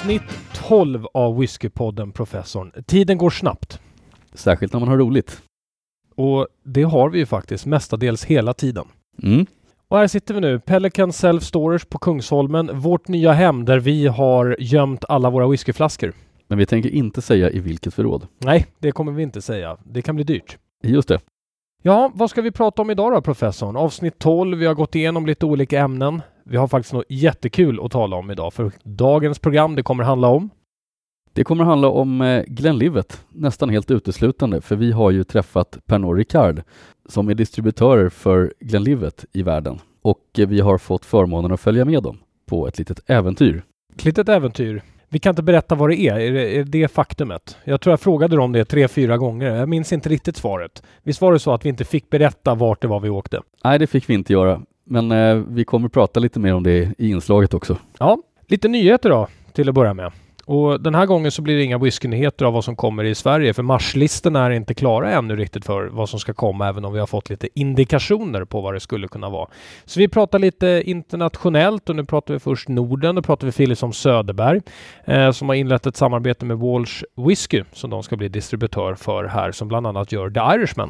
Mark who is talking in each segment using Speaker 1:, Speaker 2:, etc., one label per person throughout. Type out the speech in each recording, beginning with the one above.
Speaker 1: Avsnitt 12 av Whiskypodden, professorn. Tiden går snabbt.
Speaker 2: Särskilt när man har roligt.
Speaker 1: Och det har vi ju faktiskt mestadels hela tiden.
Speaker 2: Mm.
Speaker 1: Och här sitter vi nu, Pelican Self Storage på Kungsholmen, vårt nya hem där vi har gömt alla våra whiskyflaskor.
Speaker 2: Men vi tänker inte säga i vilket förråd.
Speaker 1: Nej, det kommer vi inte säga. Det kan bli dyrt.
Speaker 2: Just det.
Speaker 1: Ja, vad ska vi prata om idag då, professorn? Avsnitt 12, vi har gått igenom lite olika ämnen. Vi har faktiskt något jättekul att tala om idag, för dagens program, det kommer handla om...
Speaker 2: Det kommer handla om Glenlivet, nästan helt uteslutande, för vi har ju träffat Pernod Ricard som är distributörer för Glenlivet i världen. Och vi har fått förmånen att följa med dem på ett litet äventyr.
Speaker 1: Ett litet äventyr. Vi kan inte berätta vad det är. Är det faktumet? Jag tror jag frågade dem det 3-4 gånger. Jag minns inte riktigt svaret. Visst var det så att vi inte fick berätta vart det var vi åkte?
Speaker 2: Nej, det fick vi inte göra. Men vi kommer prata lite mer om det i inslaget också.
Speaker 1: Ja, lite nyheter då till att börja med. Och den här gången så blir det inga whiskynyheter av vad som kommer i Sverige, för marslistorna är inte klara ännu riktigt för vad som ska komma, även om vi har fått lite indikationer på vad det skulle kunna vara. Så vi pratar lite internationellt, och nu pratar vi först Norden. Då pratar vi Philips om Söderberg som har inlett ett samarbete med Walsh Whisky som de ska bli distributör för här, som bland annat gör The Irishman.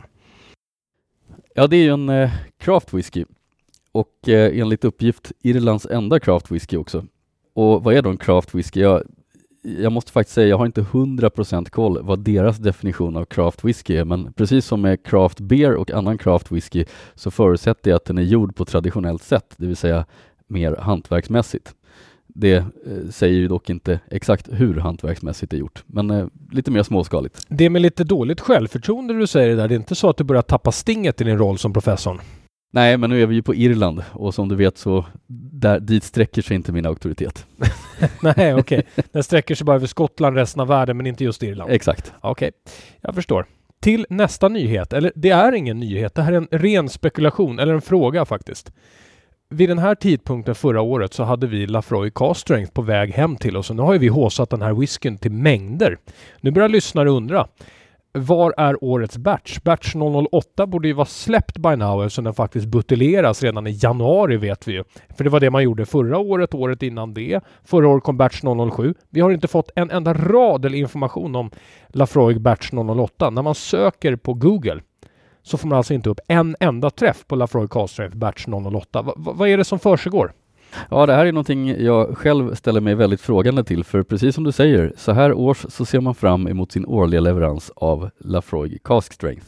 Speaker 2: Ja, det är ju en craft whisky och enligt uppgift Irlands enda craft whisky också. Och vad är då en craft whisky? Jag måste faktiskt säga, jag har inte 100% koll vad deras definition av craft whisky är, men precis som med craft beer och annan craft whisky så förutsätter jag att den är gjord på traditionellt sätt, det vill säga mer hantverksmässigt. Det säger ju dock inte exakt hur hantverksmässigt det är gjort, men lite mer småskaligt.
Speaker 1: Det är med lite dåligt självförtroende du säger det där. Det är inte så att du börjar tappa stinget i din roll som professorn?
Speaker 2: Nej, men nu är vi ju på Irland och som du vet så dit sträcker sig inte min auktoritet.
Speaker 1: Nej, okej. Den sträcker sig bara över Skottland, resten av världen, men inte just Irland.
Speaker 2: Exakt.
Speaker 1: Okej, jag förstår. Till nästa nyhet, eller det är ingen nyhet, det här är en ren spekulation, eller en fråga faktiskt. Vid den här tidpunkten förra året så hade vi Lafroy Cask Strength på väg hem till oss, och nu har ju vi håsat den här whiskyn till mängder. Nu börjar lyssnare undra. Var är årets batch? Batch 008 borde ju vara släppt by now, eftersom den faktiskt buteljeras redan i januari, vet vi ju. För det var det man gjorde förra året, året innan det. Förra året kom batch 007. Vi har inte fått en enda rad eller information om Lafroy batch 008. När man söker på Google så får man alltså inte upp en enda träff på Lafroy Cask Strength batch 008. Vad är det som försiggår?
Speaker 2: Ja, det här är någonting jag själv ställer mig väldigt frågande till, för precis som du säger, så här års så ser man fram emot sin årliga leverans av Lafroy Cask Strength.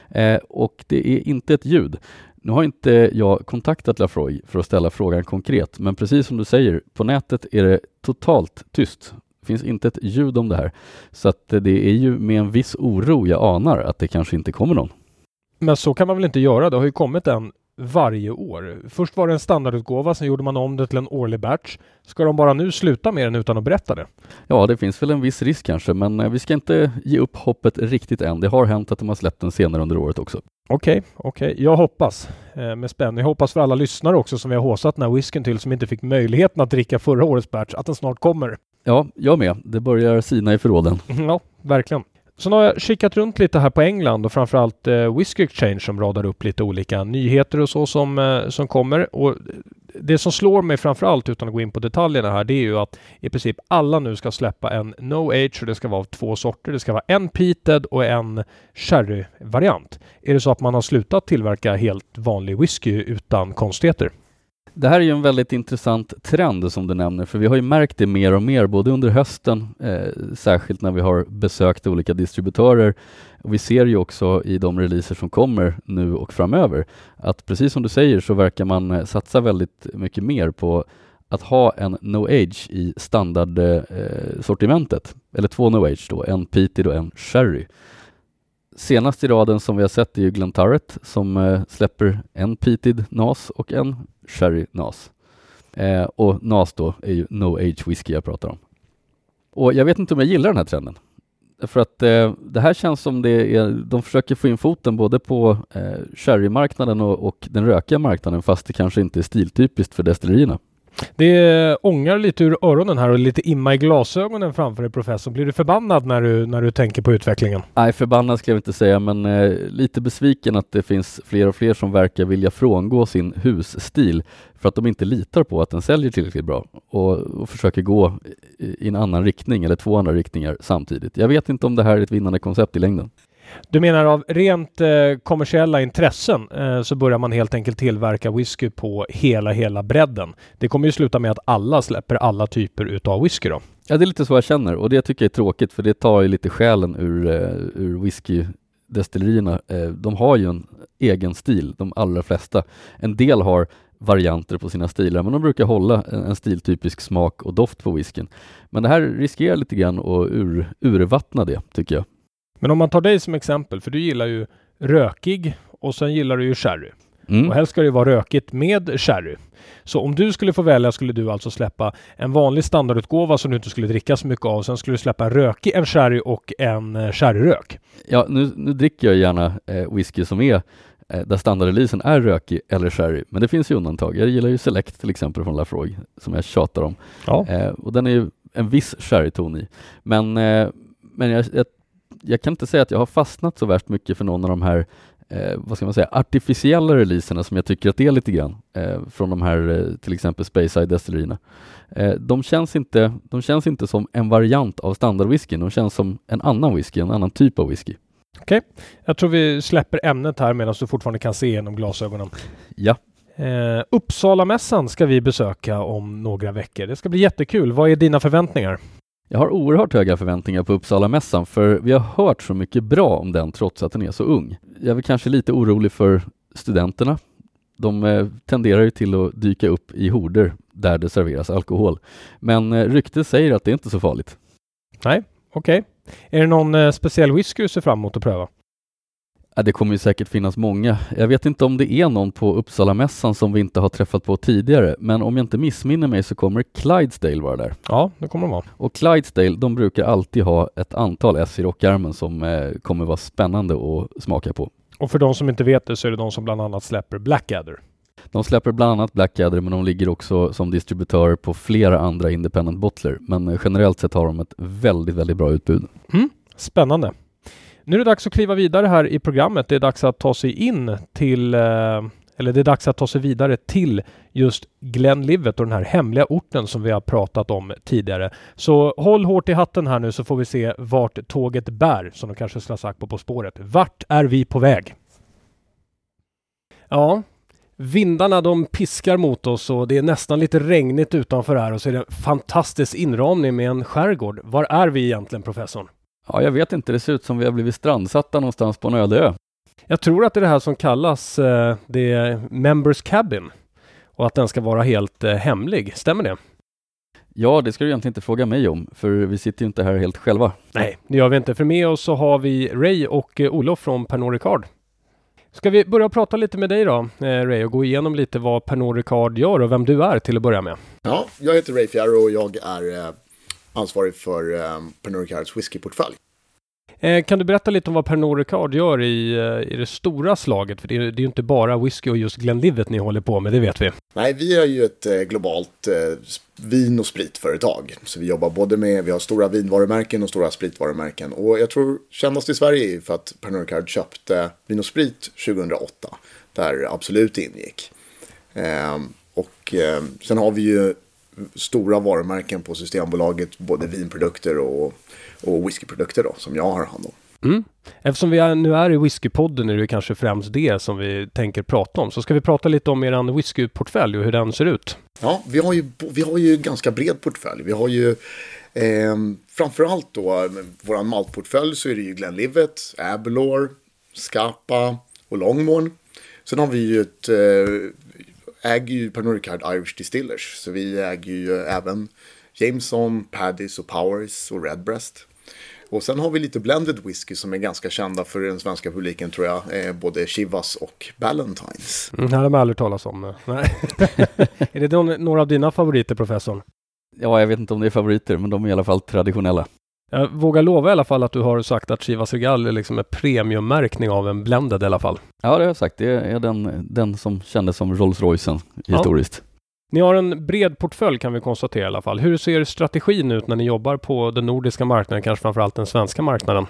Speaker 2: Och det är inte ett ljud. Nu har inte jag kontaktat Lafroy för att ställa frågan konkret, men precis som du säger, på nätet är det totalt tyst. Det finns inte ett ljud om det här. Så att det är ju med en viss oro jag anar att det kanske inte kommer någon.
Speaker 1: Men så kan man väl inte göra? Det har ju kommit en varje år. Först var det en standardutgåva, sen gjorde man om det till en årlig batch. Ska de bara nu sluta med den utan att berätta det? Ja,
Speaker 2: det finns väl en viss risk kanske, men vi ska inte ge upp hoppet riktigt än. Det har hänt att de har släppt den senare under året också.
Speaker 1: Okej. Jag hoppas med spänning. Jag hoppas för alla lyssnare också som vi har håsat den här whiskyn till, som inte fick möjligheten att dricka förra årets batch, att den snart kommer.
Speaker 2: Ja, jag med. Det börjar sina i förråden.
Speaker 1: Ja, verkligen. Så nu har jag kikat runt lite här på England och framförallt Whisky Exchange som radar upp lite olika nyheter och så som kommer. Och det som slår mig framförallt, utan att gå in på detaljerna här, det är ju att i princip alla nu ska släppa en No Age, och det ska vara av 2 sorter. Det ska vara en peated och en sherry-variant. Är det så att man har slutat tillverka helt vanlig whisky utan konstigheter?
Speaker 2: Det här är ju en väldigt intressant trend som du nämner, för vi har ju märkt det mer och mer både under hösten, särskilt när vi har besökt olika distributörer, och vi ser ju också i de releaser som kommer nu och framöver att precis som du säger så verkar man satsa väldigt mycket mer på att ha en No Age i standardsortimentet, eller 2 No Age då, en peated och en sherry. Senast i raden som vi har sett är ju Glenturret som släpper en peated NAS och en sherry NAS. Och NAS då är ju No Age whisky jag pratar om. Och jag vet inte om jag gillar den här trenden. För att det här känns som de försöker få in foten både på sherrymarknaden och den rökiga marknaden, fast det kanske inte är stiltypiskt för destillerierna.
Speaker 1: Det ångar lite ur öronen här och lite imma i glasögonen framför dig, professor. Blir du förbannad när du tänker på utvecklingen?
Speaker 2: Nej, förbannad ska jag inte säga, men lite besviken att det finns fler och fler som verkar vilja frångå sin husstil för att de inte litar på att den säljer tillräckligt bra och försöker gå i en annan riktning eller 2 andra riktningar samtidigt. Jag vet inte om det här är ett vinnande koncept i längden.
Speaker 1: Du menar av rent kommersiella intressen så börjar man helt enkelt tillverka whisky på hela bredden. Det kommer ju sluta med att alla släpper alla typer utav whisky då.
Speaker 2: Ja, det är lite så jag känner och det tycker jag är tråkigt för det tar ju lite själen ur whiskydestillerierna. De har ju en egen stil, de allra flesta. En del har varianter på sina stilar, men de brukar hålla en stiltypisk smak och doft på whiskyn. Men det här riskerar lite grann att urvattna det, tycker jag.
Speaker 1: Men om man tar dig som exempel, för du gillar ju rökig och sen gillar du ju sherry. Och helst ska det vara rökigt med sherry. Så om du skulle få välja skulle du alltså släppa en vanlig standardutgåva som du inte skulle dricka så mycket av. Sen skulle du släppa en rökig, en sherry och en sherryrök.
Speaker 2: Ja, nu dricker jag gärna whisky som är där standardreleasen är rökig eller sherry. Men det finns ju undantag. Jag gillar ju Select till exempel från Lafroig som jag tjatar om. Ja. Och den är ju en viss sherryton i. Men jag kan inte säga att jag har fastnat så värst mycket för någon av de här vad ska man säga, artificiella releaserna som jag tycker att det är lite grann från de här till exempel Speyside destillerierna. De känns inte som en variant av standardwhiskyn, de känns som en annan whisky, en annan typ av whisky.
Speaker 1: Okej, jag tror vi släpper ämnet här medan du fortfarande kan se genom glasögonen.
Speaker 2: Ja.
Speaker 1: Uppsalamässan ska vi besöka om några veckor. Det ska bli jättekul. Vad är dina förväntningar?
Speaker 2: Jag har oerhört höga förväntningar på Uppsalamässan för vi har hört så mycket bra om den trots att den är så ung. Jag är väl kanske lite orolig för studenterna. De tenderar ju till att dyka upp i horder där det serveras alkohol. Men ryktet säger att det är inte så farligt.
Speaker 1: Nej, okej. Är det någon speciell whisky du ser fram emot att pröva?
Speaker 2: Ja, det kommer ju säkert finnas många. Jag vet inte om det är någon på Uppsalamässan som vi inte har träffat på tidigare. Men om jag inte missminner mig så kommer Clydesdale vara där.
Speaker 1: Ja, det kommer de vara.
Speaker 2: Och Clydesdale, de brukar alltid ha ett antal S i rockärmen som kommer vara spännande att smaka på.
Speaker 1: Och för de som inte vet det så är det de som bland annat släpper Blackadder.
Speaker 2: De släpper bland annat Blackadder men de ligger också som distributörer på flera andra independent bottler. Men generellt sett har de ett väldigt, väldigt bra utbud.
Speaker 1: Spännande. Nu är det dags att kliva vidare här i programmet. Det är dags att ta sig in till, eller det är dags att ta sig vidare till just Glenlivet och den här hemliga orten som vi har pratat om tidigare. Så håll hårt i hatten här nu så får vi se vart tåget bär, som de kanske skulle ha sagt på spåret. Vart är vi på väg? Ja, vindarna de piskar mot oss och det är nästan lite regnigt utanför här och så är det en fantastisk inramning med en skärgård. Var är vi egentligen, professorn?
Speaker 2: Ja, jag vet inte. Det ser ut som vi har blivit strandsatta någonstans på en öde ö.
Speaker 1: Jag tror att det är det här som kallas det Members Cabin och att den ska vara helt hemlig. Stämmer det?
Speaker 2: Ja, det ska du egentligen inte fråga mig om för vi sitter ju inte här helt själva.
Speaker 1: Nej, det gör vi inte. För med oss så har vi Ray och Olof från Pernod Ricard. Ska vi börja prata lite med dig då, Ray, och gå igenom lite vad Pernod Ricard gör och vem du är till att börja med?
Speaker 3: Ja, jag heter Ray Fierro och jag är ansvarig för Pernod Ricards whiskyportfölj.
Speaker 1: Kan du berätta lite om vad Pernod Ricard gör i det stora slaget? För det är ju inte bara whisky och just Glenlivet ni håller på med, det vet vi.
Speaker 3: Nej, vi är ju ett globalt vin- och spritföretag. Så vi jobbar vi har stora vinvarumärken och stora spritvarumärken. Och jag tror kändast i Sverige för att Pernod Ricard köpte Vin och Sprit 2008. Där Absolut ingick. Sen har vi ju stora varumärken på Systembolaget, både vinprodukter och whiskyprodukter då, som jag har hand om.
Speaker 1: Eftersom vi nu är i whiskypodden är det kanske främst det som vi tänker prata om. Så ska vi prata lite om er whiskyportfölj och hur den ser ut.
Speaker 3: Ja, vi har ju ganska bred portfölj. Vi har ju framförallt då våran maltportfölj så är det ju Glenlivet, Aberlour, Scapa och Longmorn. Sen har vi ju äger ju Pernod Ricard Irish Distillers. Så vi äger ju även Jameson, Paddy's och Powers och Redbreast. Och sen har vi lite blended whisky som är ganska kända för den svenska publiken tror jag. Både Chivas och Ballantines.
Speaker 1: Det har man aldrig talas om. Nej. Är det några av dina favoriter, professorn?
Speaker 2: Ja, jag vet inte om det är favoriter, men de är i alla fall traditionella.
Speaker 1: Jag vågar lova i alla fall att du har sagt att Chivas Regal är liksom en premiummärkning av en blended i alla fall.
Speaker 2: Ja, det har jag sagt. Det är den som kändes som Rolls-Roycen historiskt.
Speaker 1: Ni har en bred portfölj kan vi konstatera i alla fall. Hur ser strategin ut när ni jobbar på den nordiska marknaden, kanske framförallt den svenska marknaden?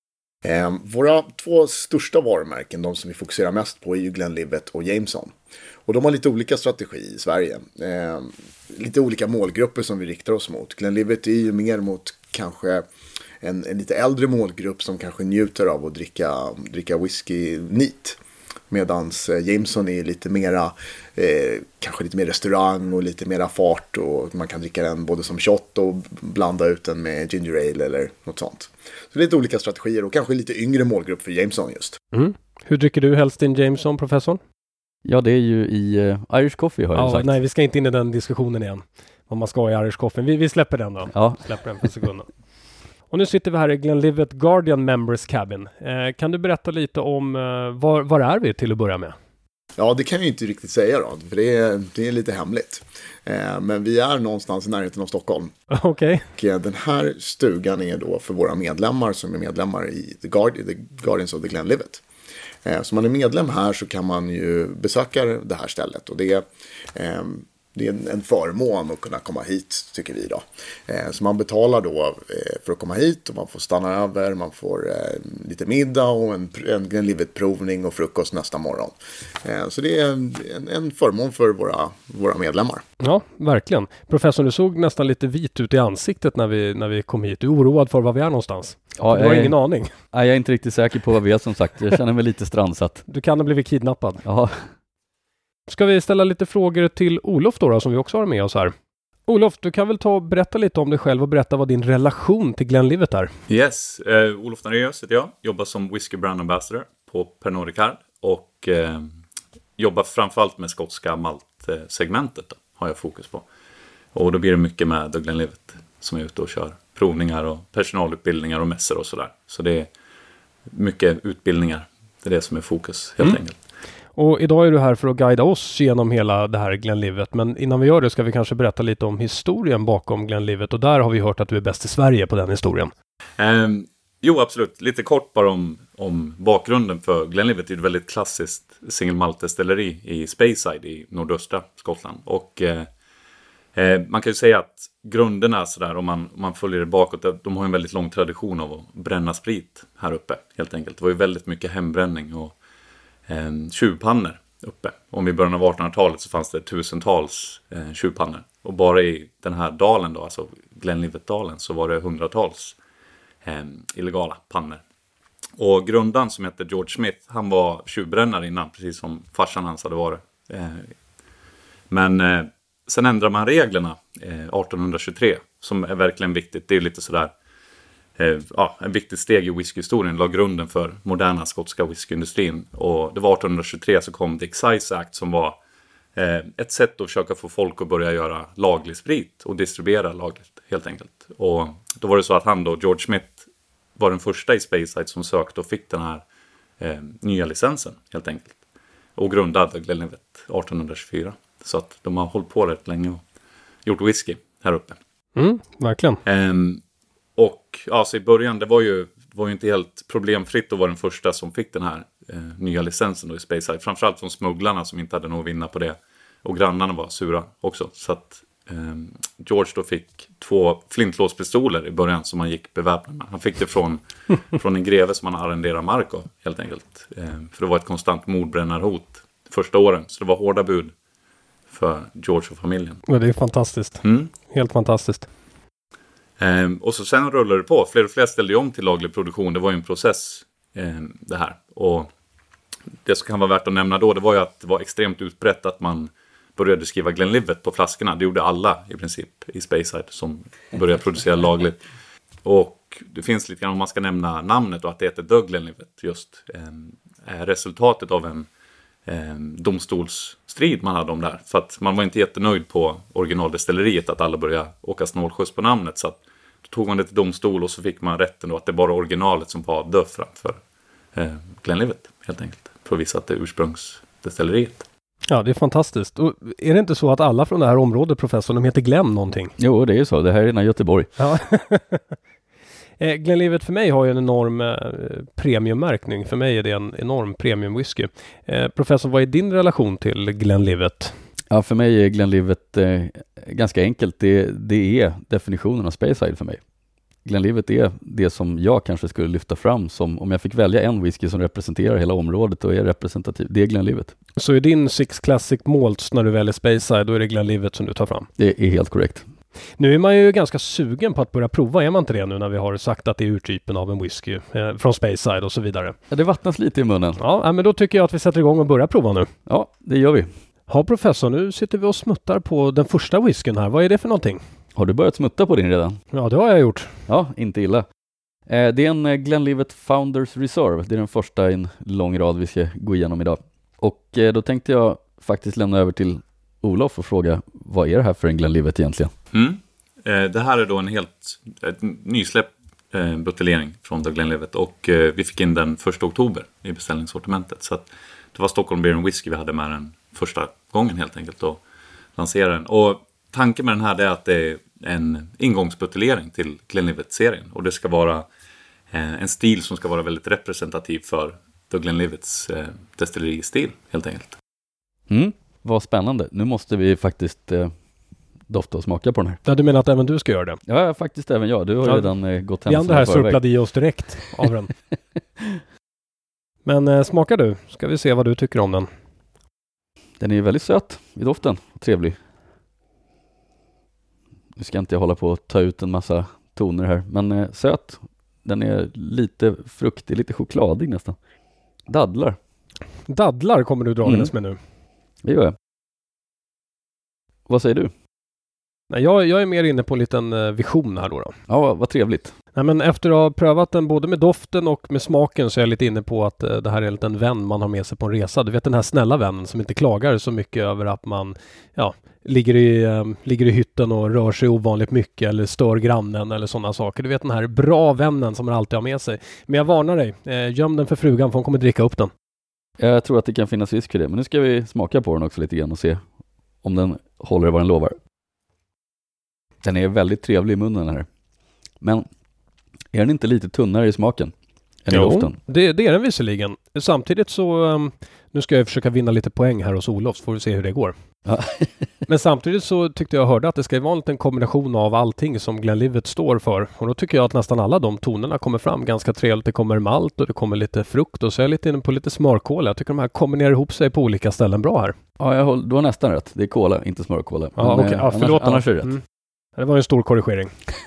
Speaker 3: Våra 2 största varumärken, de som vi fokuserar mest på, är ju Glenlivet och Jameson. Och de har lite olika strategi i Sverige. Lite olika målgrupper som vi riktar oss mot. Glenlivet är ju mer mot kanske en lite äldre målgrupp som kanske njuter av att dricka whisky neat. Medans Jameson är lite mera, kanske lite mer restaurang och lite mera fart. Och man kan dricka den både som shot och blanda ut den med ginger ale eller något sånt. Så det är lite olika strategier och kanske lite yngre målgrupp för Jameson just.
Speaker 1: Mm. Hur dricker du helst din Jameson, professor?
Speaker 2: Ja, det är ju i Irish Coffee har jag sagt.
Speaker 1: Nej, vi ska inte in i den diskussionen igen. Vad man ska ha i Irish Coffee. Vi släpper den då.
Speaker 2: Ja.
Speaker 1: Släpper den för sekunden. Och nu sitter vi här i Glenlivet Guardian Members Cabin. Kan du berätta lite om var är vi till att börja med?
Speaker 3: Ja, det kan jag inte riktigt säga då, för det är lite hemligt. Men vi är någonstans i närheten av Stockholm.
Speaker 1: Okej.
Speaker 3: Och den här stugan är då för våra medlemmar som är medlemmar i The Guardians of the Glenlivet. Så man är medlem här så kan man ju besöka det här stället. Och det är en förmån att kunna komma hit, tycker vi då. Så man betalar då för att komma hit och man får stanna över, man får lite middag och en Glenlivet-provning och frukost nästa morgon. Så det är en förmån för våra medlemmar.
Speaker 1: Ja, verkligen. Professor, du såg nästan lite vit ut i ansiktet när vi kom hit. Du är oroad för var vi är någonstans.
Speaker 2: Ja,
Speaker 1: du har ingen aning.
Speaker 2: Nej, jag är inte riktigt säker på vad vi är som sagt. Jag känner mig lite strandsatt.
Speaker 1: Du kan ha blivit kidnappad.
Speaker 2: Ja.
Speaker 1: Ska vi ställa lite frågor till Olof då, som vi också har med oss här. Olof, du kan väl ta och berätta lite om dig själv och berätta vad din relation till Glenlivet är.
Speaker 4: Yes, Olof Norén heter jag. Jobbar som Whisky Brand Ambassador på Pernod Ricard och jobbar framförallt med skotska maltsegmentet då, har jag fokus på. Och då blir det mycket med The Glenlivet som är ute och kör provningar och personalutbildningar och mässor och sådär. Så det är mycket utbildningar. Det är det som är fokus helt enkelt.
Speaker 1: Och idag är du här för att guida oss genom hela det här Glenlivet. Men innan vi gör det ska vi kanske berätta lite om historien bakom Glenlivet. Och där har vi hört att du är bäst i Sverige på den historien.
Speaker 4: Jo, absolut. Lite kort bara om bakgrunden för Glenlivet. Det är ett väldigt klassiskt single malt destilleri i Speyside i nordöstra Skottland. Och man kan ju säga att grunderna sådär, om man följer det bakåt, de har en väldigt lång tradition av att bränna sprit här uppe helt enkelt. Det var ju väldigt mycket hembränning och tjuvpannor uppe. Om i början av 1800-talet så fanns det tusentals tjuvpannor. Och bara i den här dalen då, alltså Glenlivet-dalen, så var det hundratals illegala pannor. Och grundaren som hette George Smith, han var tjuvbrännare innan, precis som farsan hans hade varit. Men sen ändrade man reglerna 1823, som är verkligen viktigt. Det är lite sådär en viktig steg i whiskyhistorien, la grunden för moderna skotska whiskyindustrin. Och det var 1823 så kom The Excise Act som var ett sätt att försöka få folk att börja göra laglig sprit och distribuera lagligt helt enkelt. Och då var det så att han då, George Smith, var den första i Speyside som sökte och fick den här nya licensen helt enkelt. Och grundade Glenlivet 1824. Så att de har hållit på rätt länge och gjort whisky här uppe.
Speaker 1: Verkligen.
Speaker 4: Och alltså i början, det var ju inte helt problemfritt att vara den första som fick den här nya licensen då i Speyside. Framförallt från smugglarna som inte hade något att vinna på det. Och grannarna var sura också. Så att George då fick 2 flintlåspistoler i början som han gick beväpnad med. Han fick det från en greve som han arrenderade mark av helt enkelt. För det var ett konstant mordbrännarhot första åren. Så det var hårda bud för George och familjen.
Speaker 1: Ja, det är fantastiskt. Helt fantastiskt.
Speaker 4: Och så sen rullade det på. Fler och fler ställde om till laglig produktion. Det var ju en process det här. Och det som kan vara värt att nämna då, det var ju att det var extremt utbrett att man började skriva Glenlivet på flaskorna. Det gjorde alla i princip i Speyside som började producera lagligt. Och det finns lite grann, om man ska nämna namnet och att det heter The Glenlivet, just resultatet av en domstolsstrid man hade om där. För att man var inte jättenöjd på originaldestilleriet att alla började åka snålskjuts på namnet. Så att då tog man det till domstol och så fick man rätten då att det bara originalet som var dö framför Glenlivet helt enkelt. För att visa att det är ursprungsdestilleriet. Ja,
Speaker 1: det är fantastiskt. Och är det inte så att alla från det här området, professor, de heter Glenn någonting?
Speaker 2: Jo, det är ju så. Det här är i Göteborg.
Speaker 1: Ja. Glenlivet för mig har ju en enorm premiummärkning. För mig är det en enorm premiumwhisky. Professor, vad är din relation till Glenlivet?
Speaker 2: Ja, för mig är Glenlivet ganska enkelt. Det är definitionen av Speyside för mig. Glenlivet är det som jag kanske skulle lyfta fram som, om jag fick välja en whisky som representerar hela området och är representativ, det är Glenlivet.
Speaker 1: Så i din Six Classic Malts när du väljer Speyside, då är det Glenlivet som du tar fram?
Speaker 2: Det är helt korrekt.
Speaker 1: Nu är man ju ganska sugen på att börja prova, är man inte det nu när vi har sagt att det är urtypen av en whisky från Speyside och så vidare?
Speaker 2: Ja, det vattnas lite i munnen.
Speaker 1: Ja, men då tycker jag att vi sätter igång och börjar prova nu.
Speaker 2: Ja, det gör vi.
Speaker 1: Ja, professor, nu sitter vi och smuttar på den första whiskyn här. Vad är det för någonting?
Speaker 2: Har du börjat smutta på din redan?
Speaker 1: Ja, det har jag gjort.
Speaker 2: Ja, inte illa. Det är en Glenlivet Founders Reserve. Det är den första i en lång rad vi ska gå igenom idag. Och då tänkte jag faktiskt lämna över till Olof och fråga, vad är det här för en Glenlivet egentligen?
Speaker 4: Det här är då en helt nysläppt buteljering från The Glenlivet och vi fick in den 1 oktober i beställningssortimentet. Så att det var Stockholm Beer & Whisky vi hade med den första gången helt enkelt och lanserade den. Och tanken med den här är att det är en ingångsbuteljering till Glenlivet-serien. Och det ska vara en stil som ska vara väldigt representativ för The Glenlivets destilleristil helt enkelt.
Speaker 2: Vad spännande. Nu måste vi faktiskt dofta och smaka på den här.
Speaker 1: Ja, du menar att även du ska göra det?
Speaker 2: Ja, faktiskt även jag. Du har ju redan gått hem.
Speaker 1: Vi andra här surplade i oss direkt av den. Men smakar du? Ska vi se vad du tycker om den.
Speaker 2: Den är ju väldigt söt i doften. Trevlig. Nu ska inte jag hålla på och ta ut en massa toner här. Men söt. Den är lite fruktig, lite chokladig nästan. Dadlar.
Speaker 1: Dadlar kommer du dragandes med nu.
Speaker 2: Det gör jag. Vad säger du?
Speaker 1: Nej, jag är mer inne på en liten vision här då.
Speaker 2: Ja, vad trevligt.
Speaker 1: Nej, men efter att ha prövat den både med doften och med smaken så är jag lite inne på att det här är en liten vän man har med sig på en resa. Du vet den här snälla vännen som inte klagar så mycket över att man ligger i hytten och rör sig ovanligt mycket eller stör grannen eller sådana saker. Du vet den här bra vännen som man alltid har med sig. Men jag varnar dig, göm den för frugan för hon kommer dricka upp den. Jag
Speaker 2: tror att det kan finnas risk för det, men nu ska vi smaka på den också lite grann och se om den håller vad den lovar. Den är väldigt trevlig i munnen här. Men är den inte lite tunnare i smaken än i doften?
Speaker 1: Det är den visserligen. Samtidigt så, nu ska jag försöka vinna lite poäng här hos Olof så får vi se hur det går.
Speaker 2: Ja.
Speaker 1: Men samtidigt så tyckte jag hörde att det ska vara en liten kombination av allting som Glenlivet står för. Och då tycker jag att nästan alla de tonerna kommer fram ganska trevligt. Det kommer malt och det kommer lite frukt och så är jag lite inne på lite smörkola. Jag tycker de här kombinerar ihop sig på olika ställen bra här.
Speaker 2: Ja, du har nästan rätt. Det är kola, inte smörkola.
Speaker 1: Ja, okej. Ja, förlåt.
Speaker 2: Annars är det rätt.
Speaker 1: Det var en stor korrigering.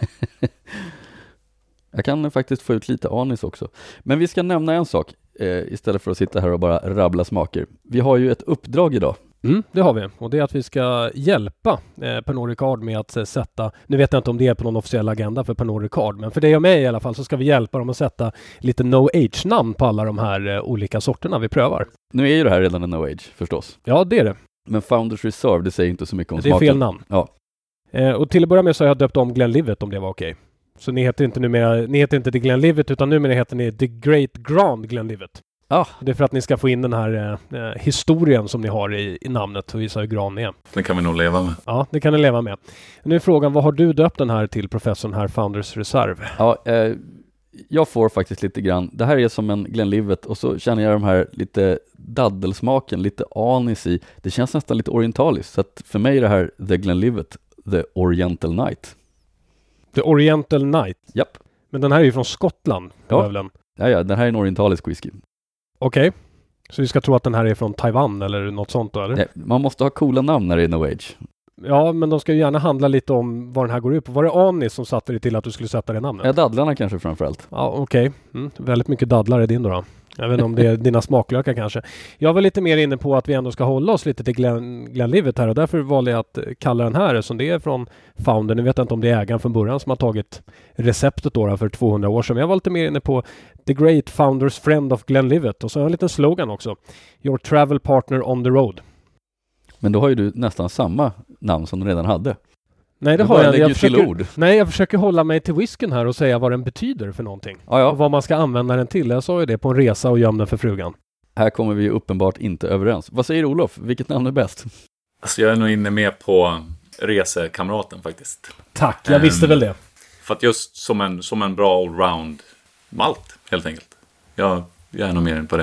Speaker 2: Jag kan faktiskt få ut lite anis också. Men vi ska nämna en sak istället för att sitta här och bara rabbla smaker. Vi har ju ett uppdrag idag.
Speaker 1: Det har vi. Och det är att vi ska hjälpa Pernod Ricard med att sätta, nu vet jag inte om det är på någon officiell agenda för Pernod Ricard, men för dig och mig i alla fall så ska vi hjälpa dem att sätta lite no-age-namn på alla de här olika sorterna vi prövar.
Speaker 2: Nu är ju det här redan en no-age förstås.
Speaker 1: Ja, det är det.
Speaker 2: Men Founders Reserve, det säger inte så mycket om
Speaker 1: smaken. Det är fel namn.
Speaker 2: Ja.
Speaker 1: Och till att börja med så har jag döpt om Glenlivet om det var okej. Så ni heter inte The Glenlivet utan numera heter ni The Great Grand Glenlivet. Det är för att ni ska få in den här historien som ni har i namnet och visa hur gran är.
Speaker 4: Det kan vi nog leva med.
Speaker 1: Ja, det kan ni leva med. Nu är frågan, vad har du döpt den här till, professorn här, Founders Reserve?
Speaker 2: Ja, jag får faktiskt lite grann. Det här är som en Glenlivet och så känner jag de här lite daddelsmaken, lite anis i. Det känns nästan lite orientaliskt. Så att för mig är det här The Glenlivet, The Oriental Night.
Speaker 1: The Oriental Night?
Speaker 2: Japp.
Speaker 1: Men den här är ju från Skottland.
Speaker 2: Ja, den här är en orientalisk whisky.
Speaker 1: Okej. Så vi ska tro att den här är från Taiwan eller något sånt då, eller?
Speaker 2: Nej, man måste ha coola namn när det är no age.
Speaker 1: Ja, men de ska ju gärna handla lite om vad den här går ut på. Var det anis som satte dig till att du skulle sätta det namnet?
Speaker 2: Ja, dadlarna kanske framförallt.
Speaker 1: Ja, okej. Väldigt mycket dadlar i din då. Jag vet inte om det är dina smaklökar kanske. Jag var lite mer inne på att vi ändå ska hålla oss lite till Glenlivet här och därför valde jag att kalla den här som det är från Founder. Nu vet jag inte om det är ägaren från början som har tagit receptet då för 200 år sedan. Men jag var lite mer inne på The Great Founders Friend of Glenlivet och så har jag en liten slogan också. Your travel partner on the road.
Speaker 2: Men då har ju du nästan samma namn som du redan hade.
Speaker 1: Nej, det har jag. Jag försöker hålla mig till whiskyn här och säga vad den betyder för någonting.
Speaker 2: Ja.
Speaker 1: Och vad man ska använda den till. Jag sa ju det på en resa och gömde för frugan.
Speaker 2: Här kommer vi uppenbart inte överens. Vad säger Olof? Vilket namn är bäst?
Speaker 4: Alltså jag är nog inne med på resekamraten faktiskt.
Speaker 1: Tack, jag visste väl det.
Speaker 4: För att just som en bra allround malt helt enkelt. Jag är nog mer in på det.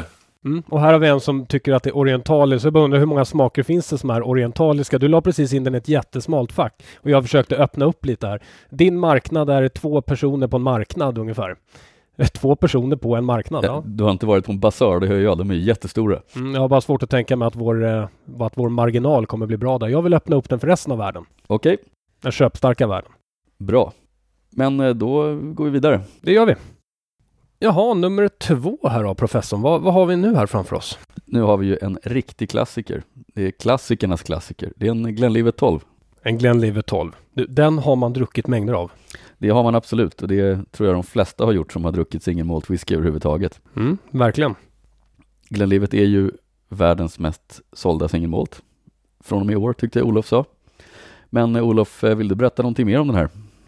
Speaker 1: Och här har vi en som tycker att det är orientaliskt. Så jag bara undrar hur många smaker finns det som är orientaliska? Du la precis in den i ett jättesmalt fack. Och jag försökte öppna upp lite här. Din marknad är 2 personer på en marknad ungefär. 2 personer på en marknad, ja.
Speaker 2: Du har inte varit på en basar, det hör jag. De är jättestora.
Speaker 1: Jag har bara svårt att tänka mig att vår marginal kommer bli bra där. Jag vill öppna upp den för resten av världen.
Speaker 2: Okej.
Speaker 1: Den köpstarka världen.
Speaker 2: Bra. Men då går vi vidare.
Speaker 1: Det gör vi. Jaha, nummer 2 här då, professorn. Vad har vi nu här framför oss?
Speaker 2: Nu har vi ju en riktig klassiker. Det är klassikernas klassiker. Det är en Glenlivet 12.
Speaker 1: En Glenlivet 12. Den har man druckit mängder av.
Speaker 2: Det har man absolut och det tror jag de flesta har gjort som har druckit single malt whisky överhuvudtaget.
Speaker 1: Verkligen.
Speaker 2: Glenlivet är ju världens mest sålda single malt. Från och med i år tyckte jag Olof sa. Men Olof, vill du berätta någonting mer om den här?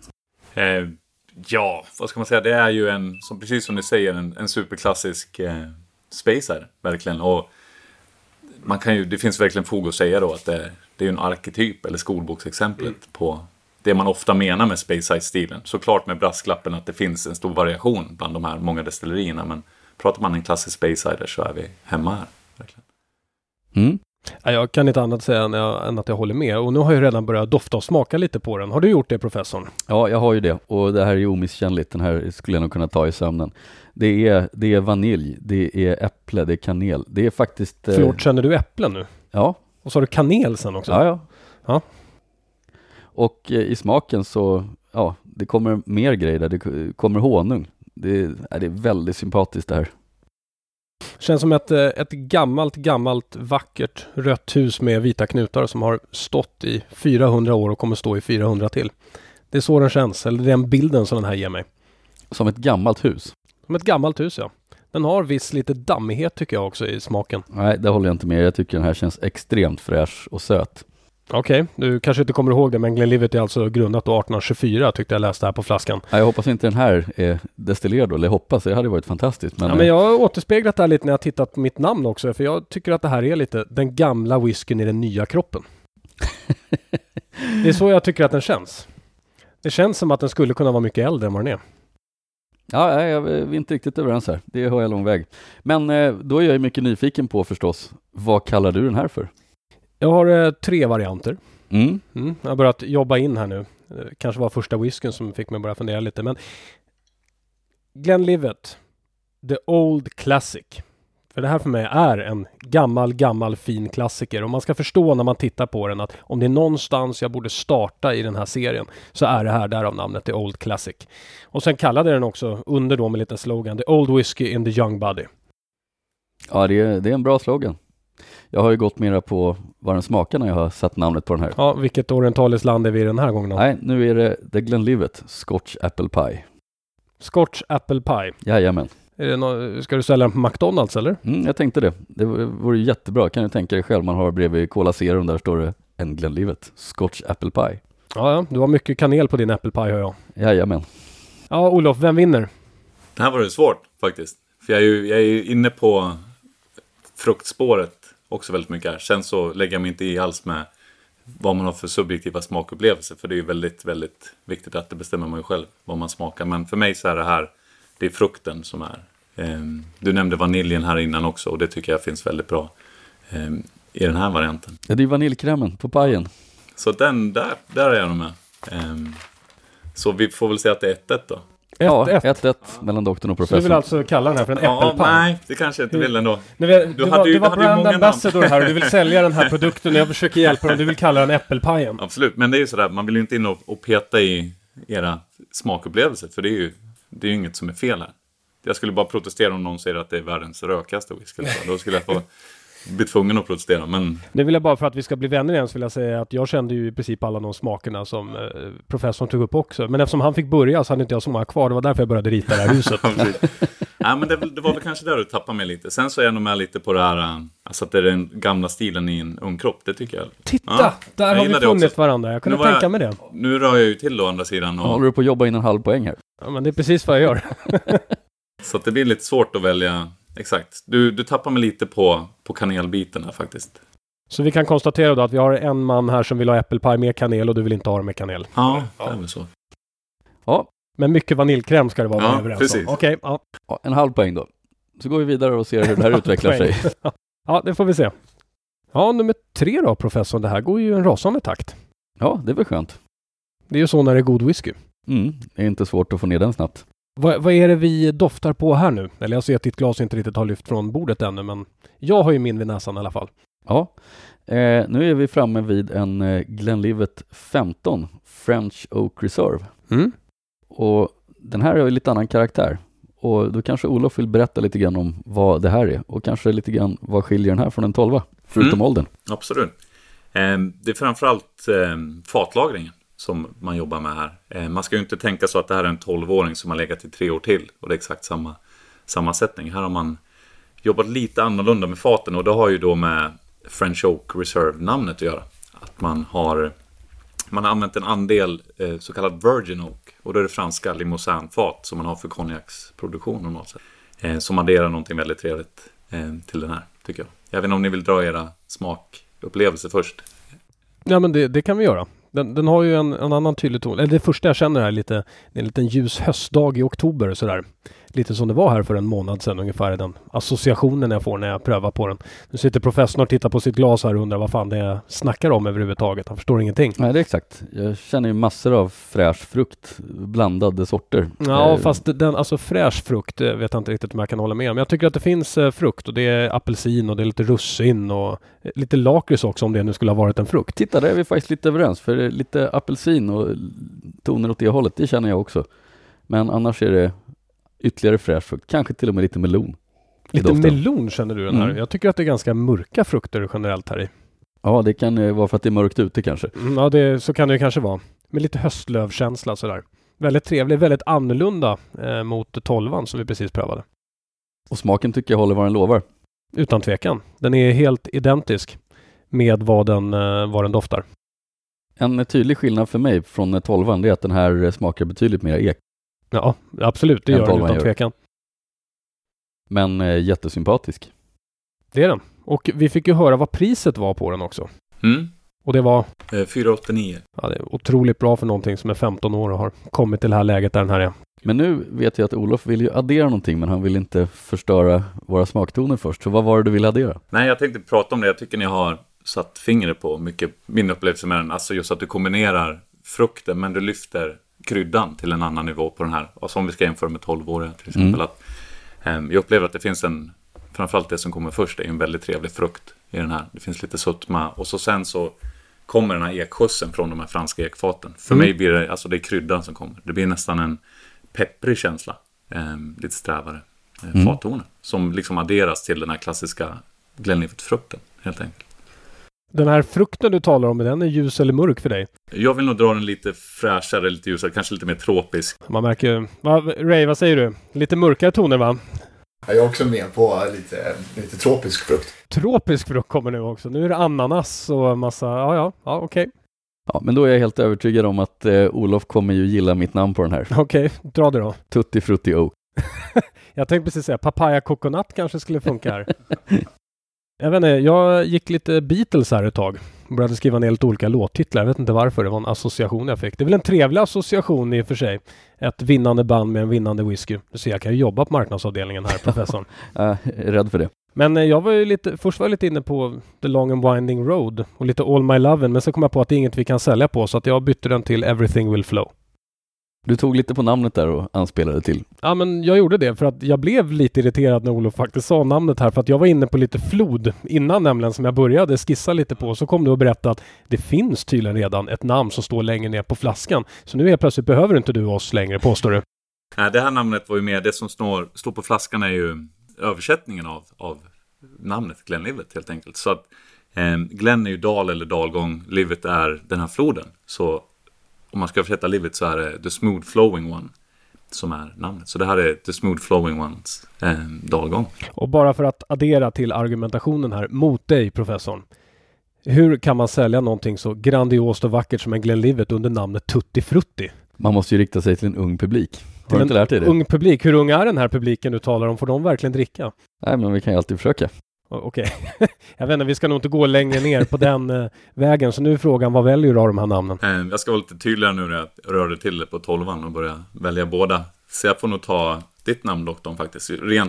Speaker 4: Ja, vad ska man säga? Det är ju precis som ni säger, en superklassisk spacer, verkligen. Och det finns verkligen fog att säga då att det är en arketyp eller skolboksexemplet på det man ofta menar med Speyside-stilen. Såklart med brasklappen att det finns en stor variation bland de här många destillerierna, men pratar man en klassisk Speysider så är vi hemma här, verkligen.
Speaker 1: Jag kan inte annat säga än att jag håller med. Och nu har jag redan börjat dofta och smaka lite på den. Har du gjort det, professorn?
Speaker 2: Ja, jag har ju det. Och det här är omisskännligt. Den här skulle jag nog kunna ta i sömnen. Det är vanilj, det är äpple, det är kanel. Det är faktiskt...
Speaker 1: Förlåt, känner du äpplen nu?
Speaker 2: Ja.
Speaker 1: Och så har du kanel sen också?
Speaker 2: Ja. Och i smaken så, det kommer mer grejer där. Det kommer honung. Det är väldigt sympatiskt det här.
Speaker 1: Känns som ett gammalt vackert rött hus med vita knutar som har stått i 400 år och kommer stå i 400 till. Det är så den känns, eller den bilden som den här ger mig.
Speaker 2: Som ett gammalt hus?
Speaker 1: Som ett gammalt hus, ja. Den har viss lite dammighet tycker jag också i smaken.
Speaker 2: Nej, det håller jag inte med. Jag tycker den här känns extremt fräsch och söt.
Speaker 1: Okej, du kanske inte kommer ihåg det, men Glenlivet är alltså grundat 1824 tyckte jag läste här på flaskan.
Speaker 2: Ja, jag hoppas inte den här är destillerad då, eller hoppas, det hade varit fantastiskt.
Speaker 1: Men jag har återspeglat det här lite när jag tittat på mitt namn också, för jag tycker att det här är lite den gamla whiskyn i den nya kroppen. Det är så jag tycker att den känns. Det känns som att den skulle kunna vara mycket äldre än vad den är.
Speaker 2: Ja, jag är inte riktigt överens här. Det har jag lång väg. Men då är jag mycket nyfiken på förstås. Vad kallar du den här för? Jag
Speaker 1: har 3 varianter. Jag har börjat jobba in här nu. Kanske var första whiskyn som fick mig börja fundera lite. Men Glenlivet, The Old Classic. För det här för mig är en gammal fin klassiker. Och man ska förstå när man tittar på den att om det är någonstans jag borde starta i den här serien så är det här därav namnet The Old Classic. Och sen kallade den också under då med lite slogan The Old Whiskey in the Young Body. Ja, det är en bra slogan. Jag har ju gått mera på vad den smakar när jag har satt namnet på den här. Ja, vilket orientaliskt land är vi i den här gången då? Nej, nu är det The Glenlivet Scotch Apple Pie. Scotch Apple Pie? Jajamän. Ska du sälja den på McDonalds eller? Jag tänkte det. Det vore jättebra. Kan du tänka dig själv, man har bredvid Cola Zero där står det en Glenlivet Scotch Apple Pie. Ja, du har mycket kanel på din Apple Pie hör jag. Jajamän. Ja, Olof, vem vinner? Det här var det svårt faktiskt. För jag är ju inne på fruktspåret också väldigt mycket här. Sen så lägger jag mig inte i alls med vad man har för subjektiva smakupplevelser. För det är ju väldigt, väldigt viktigt att det bestämmer man ju själv vad man smakar. Men för mig så är det här, det är frukten som är. Du nämnde vaniljen här innan också och det tycker jag finns väldigt bra i den här varianten. Ja, det är vaniljkrämen på pajen. Så den där är jag nog med. Så vi får väl säga att det är 1-1 då. 1-1 mellan doktorn och professorn. Så du vill alltså kalla den här för en äppelpaj? Nej, det kanske jag inte vill ändå. Du var brand ambassador här och du vill sälja den här produkten och jag försöker hjälpa dig. Du vill kalla den äppelpajen. Absolut, men det är ju sådär, man vill ju inte in och peta i era smakupplevelser för det är ju inget som är fel här. Jag skulle bara protestera om någon säger att det är världens rökaste whisky. Då skulle jag få bli tvungen att protestera. Men... Det vill jag bara för att vi ska bli vänner igen så vill jag säga att jag kände ju i princip alla de smakerna som professorn tog upp också. Men eftersom han fick börja så hade inte jag så många kvar. Det var därför jag började rita det här huset. Nej, men det var väl kanske där du tappade mig lite. Sen så är jag nog med lite på det här, alltså att det är den gamla stilen i en ung kropp. Det tycker jag. Titta, där har vi funnit varandra. Jag kunde tänka mig det. Nu rör jag ju till å andra sidan. Och... håller du på att jobba in en halv poäng här? Ja, men det är precis vad jag gör. Så att det blir lite svårt att välja. Exakt. Du tappar mig lite på kanelbiten här faktiskt. Så vi kan konstatera då att vi har en man här som vill ha äppelpaj med kanel och du vill inte ha det med kanel. Ja, det är väl så. Ja. Men mycket vaniljkräm ska det vara överens om. Precis. Okej, ja. En halv poäng då.
Speaker 2: Så går vi vidare och ser hur det här utvecklar sig.
Speaker 1: Ja, det får vi se. Ja, nummer 3 då, professor. Det här går ju en rasande takt.
Speaker 2: Ja, det är väl skönt.
Speaker 1: Det är ju så när det är god whisky.
Speaker 2: Det är inte svårt att få ner den snabbt.
Speaker 1: Vad är det vi doftar på här nu? Eller jag ser att ditt glas inte riktigt har lyft från bordet ännu, men jag har ju min vid näsan i alla fall.
Speaker 2: Ja, nu är vi framme vid en Glenlivet 15 French Oak Reserve. Och den här har ju lite annan karaktär. Och då kanske Olof vill berätta lite grann om vad det här är. Och kanske lite grann vad skiljer den här från en 12, förutom åldern.
Speaker 4: Absolut. Det är framförallt fatlagringen som man jobbar med här. Man ska ju inte tänka så att det här är en 12-åring som har legat i 3 år till. Och det är exakt samma sammansättning. Här har man jobbat lite annorlunda med faten. Och det har ju då med French Oak Reserve-namnet att göra. Att man har använt en andel så kallad Virgin Oak. Och då är det franska limousin-fat som man har för konjaksproduktion normalt sett. Som adderar någonting väldigt trevligt till den här, tycker jag. Jag vet inte om ni vill dra era smakupplevelser först.
Speaker 1: Ja, men det kan vi göra. Den har ju en annan tydlig ton. Eller det första jag känner är det är en liten ljus höstdag i oktober sådär. Lite som det var här för en månad sedan ungefär, den associationen jag får när jag prövar på den. Nu sitter professorn och tittar på sitt glas här och undrar vad fan det är snackar om överhuvudtaget. Han förstår ingenting.
Speaker 2: Nej, det är exakt. Jag känner ju massor av fräsch frukt, blandade sorter.
Speaker 1: Ja, fast alltså fräsch frukt vet jag inte riktigt om jag kan hålla med om. Jag tycker att det finns frukt och det är apelsin och det är lite russin och lite lakrits också om det nu skulle ha varit en frukt.
Speaker 2: Titta, där är vi faktiskt lite överens, för lite apelsin och toner åt det hållet, det känner jag också. Men annars är det ytterligare fräsch frukt. Kanske till och med lite melon.
Speaker 1: Lite melon känner du den här. Jag tycker att det är ganska mörka frukter generellt här i.
Speaker 2: Ja, det kan vara för att det är mörkt ute kanske.
Speaker 1: Ja, så kan det kanske vara. Med lite höstlövkänsla sådär. Väldigt trevlig, väldigt annorlunda mot 12an som vi precis prövade.
Speaker 2: Och smaken tycker jag håller vad den lovar.
Speaker 1: Utan tvekan. Den är helt identisk med vad den doftar.
Speaker 2: En tydlig skillnad för mig från 12an det är att den här smakar betydligt mer ek.
Speaker 1: Ja, absolut. Det gör den utan tvekan.
Speaker 2: Men jättesympatisk.
Speaker 1: Det är den. Och vi fick ju höra vad priset var på den också. Och det var
Speaker 4: 489.
Speaker 1: Ja, det är otroligt bra för någonting som är 15 år och har kommit till det här läget där den här är.
Speaker 2: Men nu vet jag att Olof vill ju addera någonting, men han vill inte förstöra våra smaktoner först. Så vad var det du ville addera?
Speaker 4: Nej, jag tänkte prata om det. Jag tycker ni har satt fingret på mycket min upplevelse med den. Alltså just att du kombinerar frukten men du lyfter kryddan till en annan nivå på den här. Och som vi ska jämföra med 12-åriga till exempel. Att, jag upplever att det finns framförallt det som kommer först är en väldigt trevlig frukt i den här. Det finns lite sötma och sen så kommer den här ekskjutsen från de här franska ekfaten. För mig blir det, alltså det är kryddan som kommer. Det blir nästan en pepprig känsla. Lite strävare fattoner. Som liksom adderas till den här klassiska Glenlivet-frukten helt enkelt.
Speaker 1: Den här frukten du talar om, den är ljus eller mörk för dig?
Speaker 4: Jag vill nog dra den lite fräschare, lite ljusare, kanske lite mer tropisk.
Speaker 1: Man märker... Ray, vad säger du? Lite mörkare toner, va?
Speaker 3: Jag är också med på lite tropisk frukt.
Speaker 1: Tropisk frukt kommer nu också. Nu är det ananas och massa... Ja, okej.
Speaker 2: Ja, men då är jag helt övertygad om att Olof kommer ju gilla mitt namn på den här.
Speaker 1: Okej, dra det då.
Speaker 2: Tutti Frutti Oak.
Speaker 1: Jag tänkte precis säga, papaya coconut kanske skulle funka här. Jag vet inte, jag gick lite Beatles här ett tag. Började skriva ner lite olika låttitlar. Jag vet inte varför, det var en association jag fick. Det är väl en trevlig association i och för sig. Ett vinnande band med en vinnande whisky. Du ser, jag kan ju jobba på marknadsavdelningen här, professorn.
Speaker 2: Jag är rädd för det.
Speaker 1: Men jag var ju först var jag lite inne på The Long and Winding Road och lite All My Lovin', men så kom jag på att det är inget vi kan sälja på, så att jag bytte den till Everything Will Flow.
Speaker 2: Du tog lite på namnet där och anspelade till.
Speaker 1: Ja, men jag gjorde det för att jag blev lite irriterad när Olof faktiskt sa namnet här, för att jag var inne på lite flod innan nämligen som jag började skissa lite på. Så kom du och berättade att det finns tydligen redan ett namn som står längre ner på flaskan. Så nu helt plötsligt behöver inte du oss längre, påstår du?
Speaker 4: Nej, det här namnet var ju mer, det som står på flaskan är ju översättningen av namnet Glenlivet helt enkelt. Så att Glen är ju dal eller dalgång, Livet är den här floden. Så om man ska översätta Livet så är det The Smooth Flowing One som är namnet. Så det här är The Smooth Flowing Ones dalgång. Och
Speaker 1: bara för att addera till argumentationen här mot dig, professorn. Hur kan man sälja någonting så grandiost och vackert som en Glenlivet under namnet Tutti Frutti?
Speaker 2: Man måste ju rikta sig till en ung publik. Har du inte lärt dig det?
Speaker 1: Ung publik, hur ung är den här publiken du talar om? Får de verkligen dricka?
Speaker 2: Nej, men vi kan ju alltid försöka.
Speaker 1: Okej. Jag vet inte, vi ska nog inte gå längre ner på den vägen. Så nu är frågan, vad väljer du av de här namnen?
Speaker 4: Jag ska vara lite tydligare nu när jag rörde till det på 12an och börja välja båda. Så jag får nog ta ditt namn, doktorn, faktiskt. Rent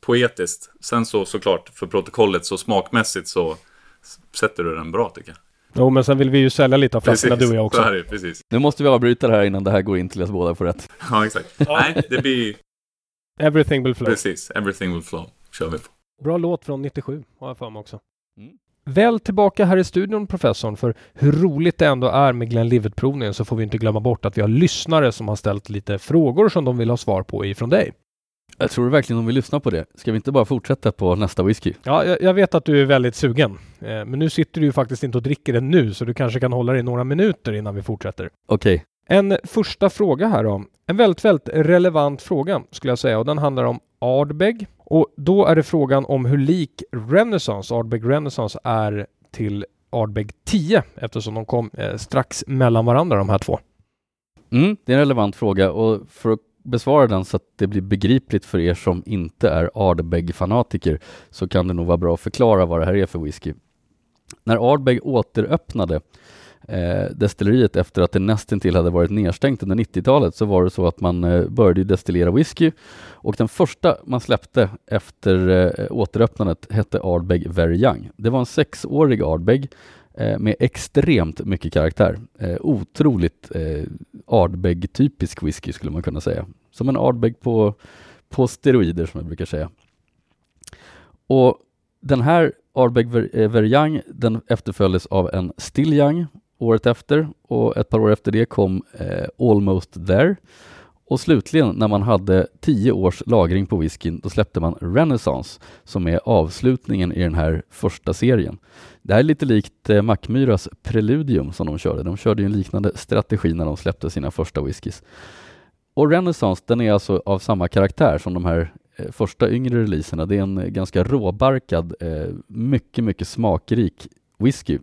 Speaker 4: poetiskt. Sen såklart för protokollet så smakmässigt så sätter du den bra tycker jag.
Speaker 1: Jo, men sen vill vi ju sälja lite av flaskorna du och jag också.
Speaker 4: Precis.
Speaker 2: Nu måste vi avbryta det här innan det här går in till oss båda för rätt.
Speaker 4: Ja, exakt. Nej, det blir...
Speaker 1: Everything will flow.
Speaker 4: Precis, everything will flow. Kör vi på.
Speaker 1: Bra låt från 97, har jag för mig också.
Speaker 2: Mm.
Speaker 1: Väl tillbaka här i studion, professorn, för hur roligt det ändå är med Glenlivet-provningen så får vi inte glömma bort att vi har lyssnare som har ställt lite frågor som de vill ha svar på ifrån dig.
Speaker 2: Jag tror verkligen de vill lyssna på det. Ska vi inte bara fortsätta på nästa whisky?
Speaker 1: Ja, jag vet att du är väldigt sugen. Men nu sitter du ju faktiskt inte och dricker den nu, så du kanske kan hålla dig några minuter innan vi fortsätter.
Speaker 2: Okej.
Speaker 1: En första fråga här då. En väldigt, väldigt relevant fråga skulle jag säga, och den handlar om Ardbeg. Och då är det frågan om hur lik Renaissance, Ardbeg Renaissance, är till Ardbeg 10, eftersom de kom strax mellan varandra, de här två.
Speaker 2: Det är en relevant fråga, och för att besvara den så att det blir begripligt för er som inte är Ardbeg-fanatiker så kan det nog vara bra att förklara vad det här är för whisky. När Ardbeg återöppnade destilleriet efter att det nästintill hade varit nedstängt under 90-talet så var det så att man började destillera whisky, och den första man släppte efter återöppnandet hette Ardbeg Very Young. Det var en 6-årig Ardbeg med extremt mycket karaktär. Otroligt Ardbeg-typisk whisky skulle man kunna säga. Som en Ardbeg på steroider som jag brukar säga. Och den här Ardbeg Very Young, den efterföljdes av en Still Young året efter, och ett par år efter det kom Almost There. Och slutligen när man hade 10 års lagring på whiskyn, då släppte man Renaissance som är avslutningen i den här första serien. Det här är lite likt Mackmyras Preludium som de körde. De körde ju en liknande strategi när de släppte sina första whiskys. Och Renaissance, den är alltså av samma karaktär som de här första yngre releaserna. Det är en ganska råbarkad, mycket smakrik whisky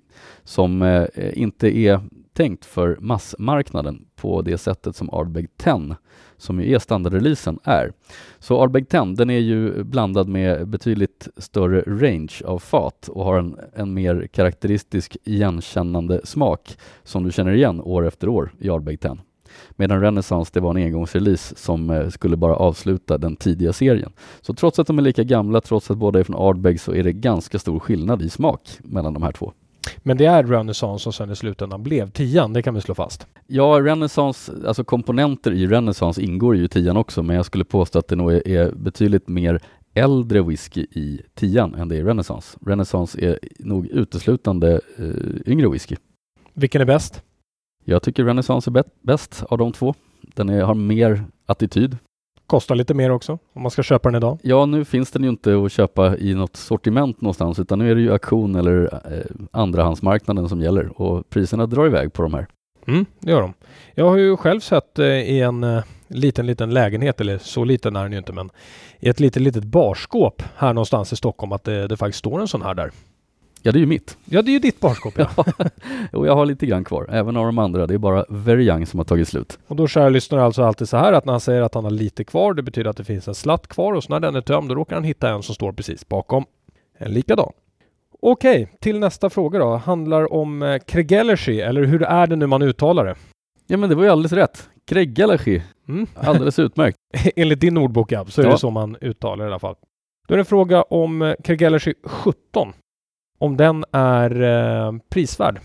Speaker 2: som inte är tänkt för massmarknaden på det sättet som Ardbeg 10, som ju är standardreleasen, är. Så Ardbeg 10, den är ju blandad med betydligt större range av fat och har en mer karaktäristisk igenkännande smak som du känner igen år efter år i Ardbeg 10. Medan Renaissance, det var en engångsrelease som skulle bara avsluta den tidiga serien. Så trots att de är lika gamla, trots att båda är från Ardbeg, så är det ganska stor skillnad i smak mellan de här två.
Speaker 1: Men det är Renaissance och sen i slutändan blev 10, det kan vi slå fast.
Speaker 2: Ja, Renaissance, alltså komponenter i Renaissance ingår ju i 10 också, men jag skulle påstå att det nog är betydligt mer äldre whisky i 10 än det är i Renaissance. Renaissance är nog uteslutande yngre whisky.
Speaker 1: Vilken är bäst?
Speaker 2: Jag tycker Renaissance är bäst av de två. Den har mer attityd.
Speaker 1: Kostar lite mer också om man ska köpa den idag.
Speaker 2: Ja, nu finns den ju inte att köpa i något sortiment någonstans, utan nu är det ju auktion eller andrahandsmarknaden som gäller, och priserna drar iväg på de här.
Speaker 1: Det gör de. Jag har ju själv sett i en liten lägenhet, eller så liten är den ju inte, men i ett litet barskåp här någonstans i Stockholm att det faktiskt står en sån här där.
Speaker 2: Ja, det är ju mitt.
Speaker 1: Ja, det är ju ditt barskåp, ja.
Speaker 2: Och jag har lite grann kvar. Även av de andra. Det är bara Very Young som har tagit slut.
Speaker 1: Och då kära lyssnar alltså alltid så här att när han säger att han har lite kvar, det betyder att det finns en slatt kvar, och så när den är tömd då råkar han hitta en som står precis bakom. En likadan. Okej, till nästa fråga då. Handlar om Craigellachie, eller hur är det nu man uttalar det?
Speaker 2: Ja, men det var ju alldeles rätt. Craigellachie. Alldeles utmärkt.
Speaker 1: Enligt din ordbok, ja, så är det så man uttalar i alla fall. Då är det en fråga om Craigellachie 17. Om den är prisvärd.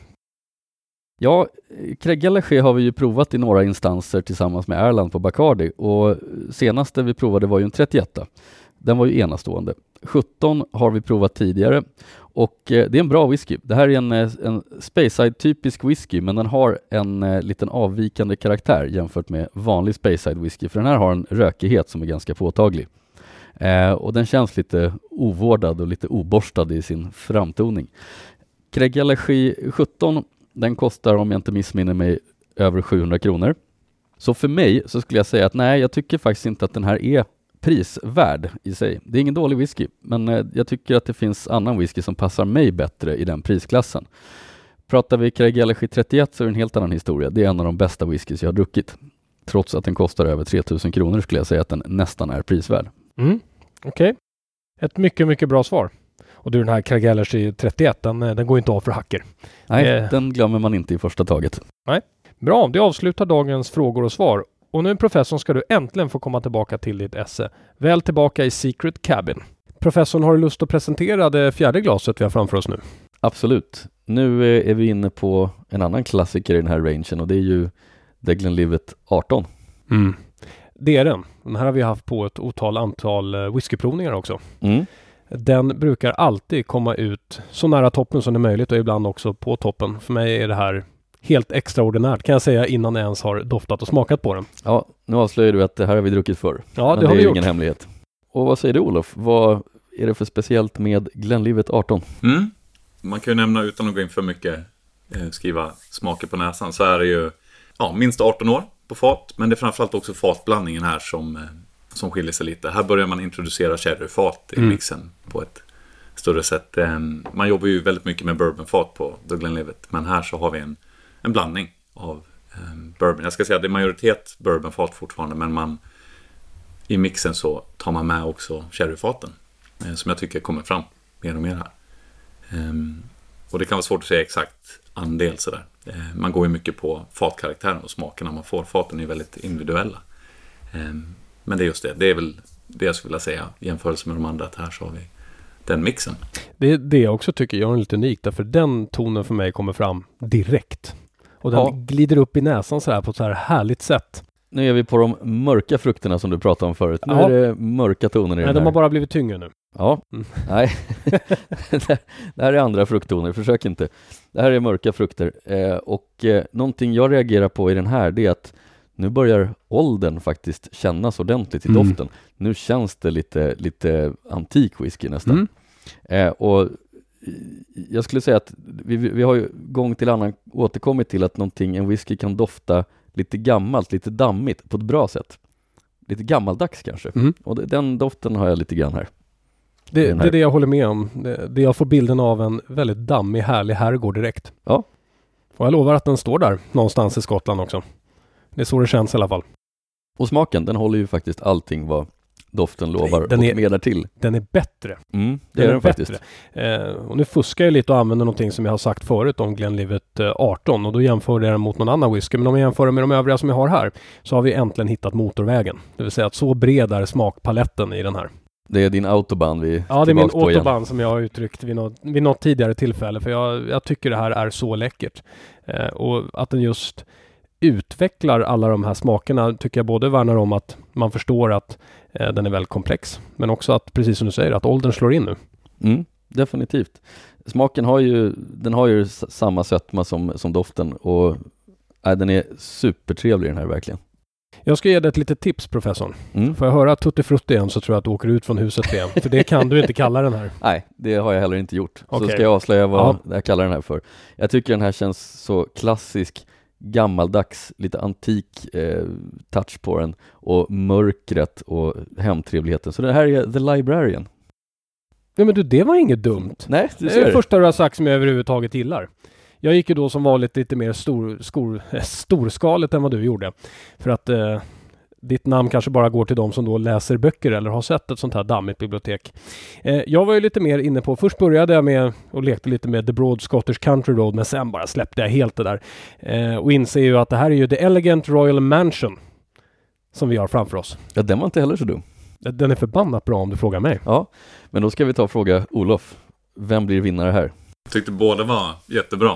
Speaker 2: Ja, Craigellachie har vi ju provat i några instanser tillsammans med Erland på Bacardi, och senaste vi provade var ju en 31. Den var ju enastående. 17 har vi provat tidigare, och det är en bra whisky. Det här är en Speyside-typisk whisky, men den har en liten avvikande karaktär jämfört med vanlig Speyside-whisky, för den här har en rökighet som är ganska påtaglig. Och den känns lite ovårdad och lite oborstad i sin framtoning. Craigellachie 17, den kostar, om jag inte missminner mig, över 700 kronor. Så för mig så skulle jag säga att nej, jag tycker faktiskt inte att den här är prisvärd i sig. Det är ingen dålig whisky, men jag tycker att det finns annan whisky som passar mig bättre i den prisklassen. Pratar vi Craigellachie 31 så är det en helt annan historia. Det är en av de bästa whiskys jag har druckit. Trots att den kostar över 3000 kronor skulle jag säga att den nästan är prisvärd.
Speaker 1: Okej. Ett mycket bra svar. Och den här Craigellachie 31, den går inte av för hacker.
Speaker 2: Nej, den glömmer man inte i första taget.
Speaker 1: Nej. Bra, det avslutar dagens frågor och svar. Och nu professorn ska du äntligen få komma tillbaka till ditt esse. Väl tillbaka i Secret Cabin. Professorn, har du lust att presentera det fjärde glaset vi har framför oss nu?
Speaker 2: Absolut. Nu är vi inne på en annan klassiker i den här rangen och det är ju The Glenlivet 18.
Speaker 1: Mm. Det är den. Den här har vi haft på ett antal whiskyprovningar också.
Speaker 2: Mm.
Speaker 1: Den brukar alltid komma ut så nära toppen som det är möjligt och ibland också på toppen. För mig är det här helt extraordinärt kan jag säga innan jag ens har doftat och smakat på den.
Speaker 2: Ja, nu avslöjar du att det här har vi druckit för.
Speaker 1: Ja,
Speaker 2: men
Speaker 1: det har vi
Speaker 2: är
Speaker 1: gjort.
Speaker 2: Ingen hemlighet. Och vad säger du, Olof? Vad är det för speciellt med Glenlivet 18?
Speaker 4: Man kan ju nämna utan att gå in för mycket, skriva smaker på näsan, så är det ju minst 18 år på fat. Men det är framförallt också fatblandningen här som skiljer sig lite. Här börjar man introducera sherryfat i mixen på ett större sätt. Man jobbar ju väldigt mycket med bourbonfat på The Glenlivet, men här så har vi en blandning av bourbon. Jag ska säga att det är majoritet bourbonfat fortfarande, men i mixen så tar man med också sherryfaten som jag tycker kommer fram mer och mer här. Och det kan vara svårt att säga exakt andel sådär. Man går ju mycket på fatkaraktären och smakerna man får. Faten är väldigt individuella. Men det är just det. Det är väl det jag skulle vilja säga i jämförelse med de andra, att här så har vi den mixen.
Speaker 1: Det är det jag också tycker gör den lite unik, därför den tonen för mig kommer fram direkt. Och den glider upp i näsan så här på ett så här härligt sätt.
Speaker 2: Nu är vi på de mörka frukterna som du pratade om förut. Nu är det mörka toner i den här.
Speaker 1: De har bara blivit tyngre nu.
Speaker 2: Ja, nej. Det här är andra frukttoner, försök inte. Det här är mörka frukter. Någonting jag reagerar på i den här, det är att nu börjar åldern faktiskt kännas ordentligt i doften. Nu känns det lite antik whisky nästan. Och jag skulle säga att vi har ju gång till annan återkommit till att en whisky kan dofta lite gammalt, lite dammigt på ett bra sätt. Lite gammaldags kanske. Och den doften har jag lite grann här.
Speaker 1: Det är det jag håller med om. Det jag får bilden av en väldigt dammig, härlig herrgård direkt.
Speaker 2: Ja.
Speaker 1: Och jag lovar att den står där någonstans i Skottland också. Det är så det känns i alla fall.
Speaker 2: Och smaken, den håller ju faktiskt allting vad doften lovar och medar till.
Speaker 1: Den är bättre.
Speaker 2: Det är den faktiskt.
Speaker 1: Och nu fuskar jag lite och använder någonting som jag har sagt förut om Glenlivet 18. Och då jämför jag den mot någon annan whisky. Men om jag jämför med de övriga som jag har här, så har vi äntligen hittat motorvägen. Det vill säga att så bred är smakpaletten i den här.
Speaker 2: Det är din autobahn vi
Speaker 1: Ja, det är min autobahn som jag har uttryckt vid något tidigare tillfälle. För jag tycker det här är så läckert. Och att den just utvecklar alla de här smakerna tycker jag både värnar om att man förstår att den är väldigt komplex. Men också att, precis som du säger, att åldern slår in nu.
Speaker 2: Definitivt. Smaken har ju samma sötma som doften. Och den är supertrevlig den här verkligen.
Speaker 1: Jag ska ge dig ett litet tips, professorn. Får jag höra Tutti Frutti igen så tror jag att du åker ut från huset igen. För det kan du inte kalla den här.
Speaker 2: Nej, det har jag heller inte gjort.
Speaker 1: Okay.
Speaker 2: Så ska jag avslöja vad jag kallar den här för. Jag tycker den här känns så klassisk, gammaldags, lite antik touch på den. Och mörkret och hemtrevligheten. Så det här är The Librarian.
Speaker 1: Nej men du, det var inget dumt.
Speaker 2: Nej,
Speaker 1: det är det första du har sagt som jag överhuvudtaget gillar. Jag gick ju då som vanligt lite mer storskaligt än vad du gjorde. För att ditt namn kanske bara går till de som då läser böcker eller har sett ett sånt här dammigt bibliotek. Jag var ju lite mer inne på, först började jag med och lekte lite med The Broad Scottish Country Road, men sen bara släppte jag helt det där. Och inser ju att det här är ju The Elegant Royal Mansion som vi har framför oss.
Speaker 2: Ja, den var inte heller så dum.
Speaker 1: Den är förbannat bra om du frågar mig.
Speaker 2: Ja, men då ska vi ta och fråga Olof. Vem blir vinnare här?
Speaker 4: Jag tyckte båda var jättebra.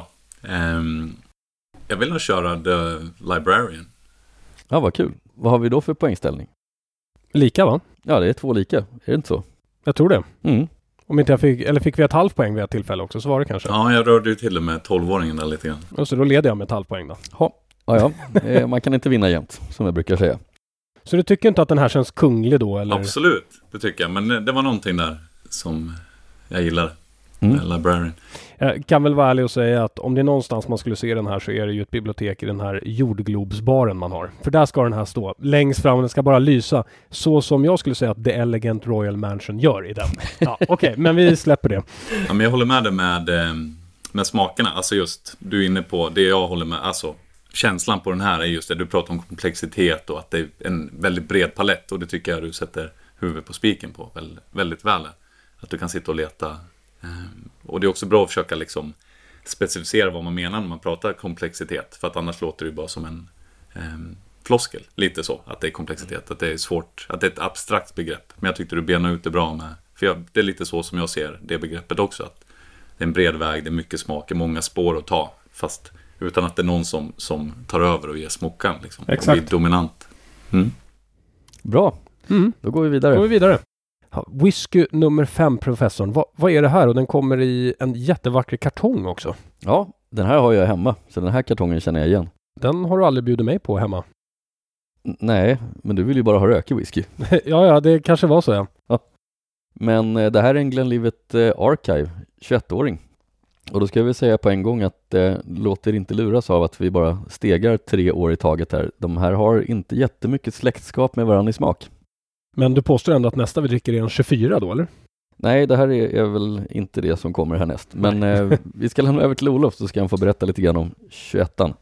Speaker 4: Jag vill nog köra The Librarian.
Speaker 2: Ja, vad kul. Vad har vi då för poängställning?
Speaker 1: Lika, va?
Speaker 2: Ja, det är 2 lika. Är det inte så?
Speaker 1: Jag tror det.
Speaker 2: Mm.
Speaker 1: Om inte jag fick vi ett halvt poäng vid ett tillfälle också, så var det kanske.
Speaker 4: Ja, jag rörde ju till och med 12-åringen där lite grann.
Speaker 1: Och så då leder jag med ett halvt poäng då.
Speaker 2: Ja. Man kan inte vinna jämt, som jag brukar säga.
Speaker 1: Så du tycker inte att den här känns kunglig då? Eller?
Speaker 4: Absolut, det tycker jag. Men det var någonting där som jag gillade. Librarian.
Speaker 1: Jag kan väl vara ärlig och säga att om det är någonstans man skulle se den här så är det ju ett bibliotek i den här jordglobsbaren man har. För där ska den här stå längst fram och den ska bara lysa så som jag skulle säga att The Elegant Royal Mansion gör i den. Ja, okej, men vi släpper det.
Speaker 4: Ja, men jag håller med dig med smakerna. Alltså just, du är inne på det jag håller med. Alltså känslan på den här är just det. Du pratar om komplexitet och att det är en väldigt bred palett. Och det tycker jag du sätter huvudet på spiken på väldigt, väldigt väl. Att du kan sitta och leta. Och det är också bra att försöka liksom specificera vad man menar när man pratar komplexitet. För att annars låter det ju bara som floskel. Lite så, att det är komplexitet, att det är svårt, att det är ett abstrakt begrepp. Men jag tyckte du benade ut det bra med. För det är lite så som jag ser det begreppet också. Att det är en bred väg, det är mycket smak, det är många spår att ta. Fast utan att det är någon som tar över och ger smockan. Liksom, och blir dominant.
Speaker 2: Bra, då går vi vidare.
Speaker 1: Whisky nummer 5, professorn. Vad är det här? Och den kommer i en jättevacker kartong också.
Speaker 2: Ja, den här har jag hemma. Så den här kartongen känner jag igen.
Speaker 1: Den har du aldrig bjudit mig på hemma.
Speaker 2: Nej, men du vill ju bara ha rökig whisky.
Speaker 1: ja, det kanske var så, ja.
Speaker 2: Men det här är en Glenlivet Archive, 21-åring. Och då ska jag väl säga på en gång att låter inte luras av att vi bara stegar 3 år i taget här. De här har inte jättemycket släktskap med varandra i smak.
Speaker 1: Men du påstår ändå att nästa vi dricker är en 24 då, eller?
Speaker 2: Nej, det här är väl inte det som kommer härnäst. Men vi ska lämna över till Olof så ska han få berätta lite grann om 21an.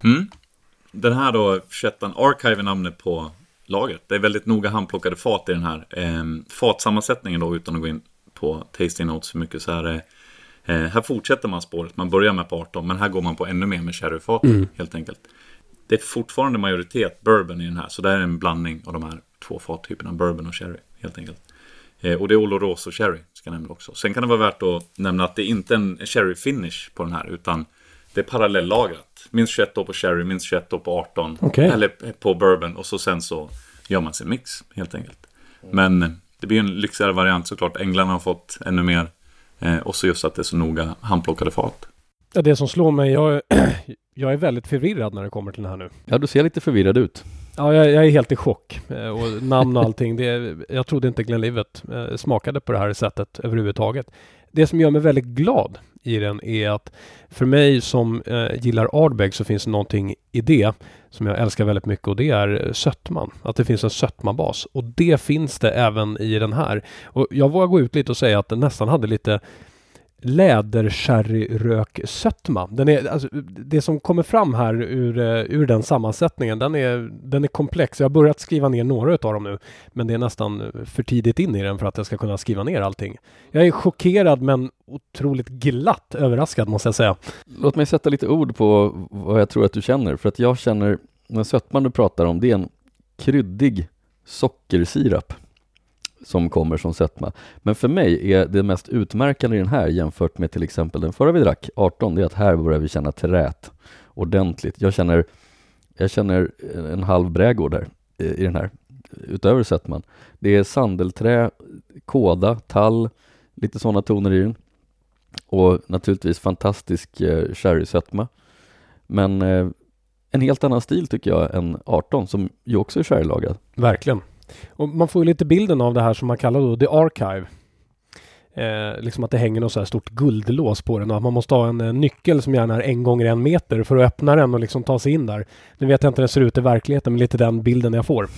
Speaker 4: Den här då, 21an Archive är namnet på lagret. Det är väldigt noga handplockade fat i den här. Fatsammansättningen då, utan att gå in på tasting notes för mycket, så här här fortsätter man spåret. Man börjar med på 18, men här går man på ännu mer med sherryfat helt enkelt. Det är fortfarande majoritet bourbon i den här, så det är en blandning av de här 2 fattyperna, bourbon och sherry helt enkelt. Och det är Oloroso sherry, ska jag nämna också. Sen kan det vara värt att nämna att det är inte en sherry finish på den här, utan det är parallellagrat. Minst 21 år på sherry, minst 21 år på 18. Eller på bourbon. Och så sen så gör man sin mix helt enkelt. Men det blir en lyxigare variant såklart. Änglarna har fått ännu mer. Och så just att det är så noga handplockade fat.
Speaker 1: Ja, det som slår mig, jag är väldigt förvirrad när det kommer till den här nu.
Speaker 2: Ja, du ser lite förvirrad ut.
Speaker 1: Ja, jag är helt i chock. Och namn och allting. Jag trodde inte Glenlivet smakade på det här sättet överhuvudtaget. Det som gör mig väldigt glad i den är att för mig som gillar Ardbeg så finns det någonting i det som jag älskar väldigt mycket, och det är sötman. Att det finns en sötmabas. Och det finns det även i den här. Och jag vågar gå ut lite och säga att den nästan hade lite lädersherryrök-sötma. Alltså, det som kommer fram här ur den sammansättningen, den är komplex. Jag har börjat skriva ner några av dem nu, men det är nästan för tidigt in i den för att jag ska kunna skriva ner allting. Jag är chockerad men otroligt glatt överraskad, måste jag säga.
Speaker 2: Låt mig sätta lite ord på vad jag tror att du känner. För att jag känner, den sötman du pratar om, det är en kryddig sockersirap som kommer som sötma. Men för mig är det mest utmärkande i den här jämfört med till exempel den förra vi drack, 18, det är att här börjar vi känna trät ordentligt. Jag känner en halv brädgård där i den här, utöver sötman. Det är sandelträ, kåda, tall, lite sådana toner i den. Och naturligtvis fantastisk sherry-sötma. Men en helt annan stil tycker jag än 18 som ju också är sherrylagrad.
Speaker 1: Verkligen. Och man får ju lite bilden av det här som man kallar då The Archive. Liksom att det hänger något så här stort guldlås på den och att man måste ha en nyckel som gärna är 1 gånger 1 meter för att öppna den och liksom ta sig in där. Nu vet jag inte hur det ser ut i verkligheten, men lite den bilden jag får.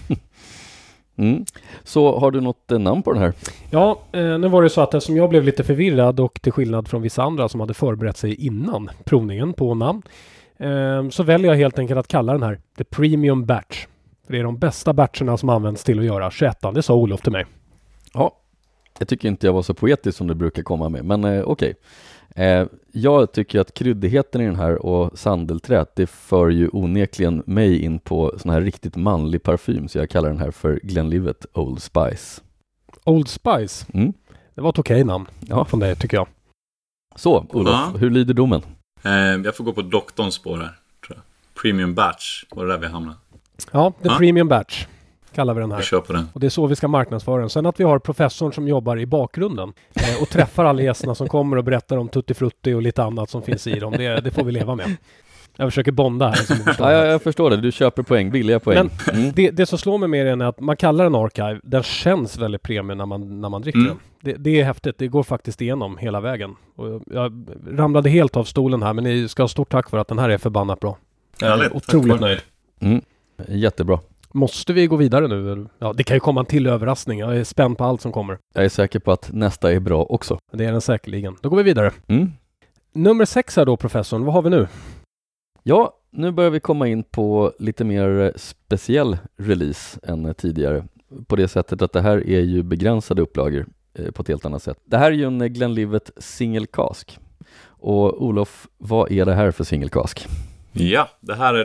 Speaker 2: Så har du något namn på den här?
Speaker 1: Ja, nu var det så att eftersom jag blev lite förvirrad och till skillnad från vissa andra som hade förberett sig innan provningen på namn, så väljer jag helt enkelt att kalla den här The Premium Batch. För det är de bästa batcherna som används till att göra 21. Det sa Olof till mig.
Speaker 2: Ja, jag tycker inte jag var så poetisk som det brukar komma med, men okej. Jag tycker att kryddigheten i den här och sandelträt, det för ju onekligen mig in på sån här riktigt manlig parfym, så jag kallar den här för Glenlivet Old Spice.
Speaker 1: Old Spice? Det var ett okej namn från det, tycker jag.
Speaker 2: Så, Olof, hur lyder domen?
Speaker 4: Jag får gå på doktorns spår här, tror jag. Premium Batch, var det där vi hamnade?
Speaker 1: Ja, The Premium Batch kallar vi den här.
Speaker 4: Vi kör på den.
Speaker 1: Och det är så vi ska marknadsföra den. Sen att vi har professorn som jobbar i bakgrunden och träffar alla gästerna som kommer och berättar om Tutti Frutti och lite annat som finns i dem. Det får vi leva med. Jag försöker bonda här. Som
Speaker 2: jag förstår det. Du köper poäng, billiga poäng.
Speaker 1: Men det som slår mig med den är att man kallar den Archive. Den känns väldigt premium när man dricker den. Det är häftigt. Det går faktiskt igenom hela vägen. Och jag ramlade helt av stolen här, men ni ska ha stort tack för att den här är förbannat bra. Jag är otroligt nöjd.
Speaker 2: Jättebra.
Speaker 1: Måste vi gå vidare nu? Ja, det kan ju komma en till överraskning. Jag är spänd på allt som kommer.
Speaker 2: Jag är säker på att nästa är bra också.
Speaker 1: Det är den säkerligen. Då går vi vidare. Nummer 6 här då, professorn. Vad har vi nu?
Speaker 2: Ja, nu börjar vi komma in på lite mer speciell release än tidigare. På det sättet att det här är ju begränsade upplagor på ett helt annat sätt. Det här är ju en Glenlivet Single Cask. Och Olof, vad är det här för Single Cask?
Speaker 4: Ja, det här är då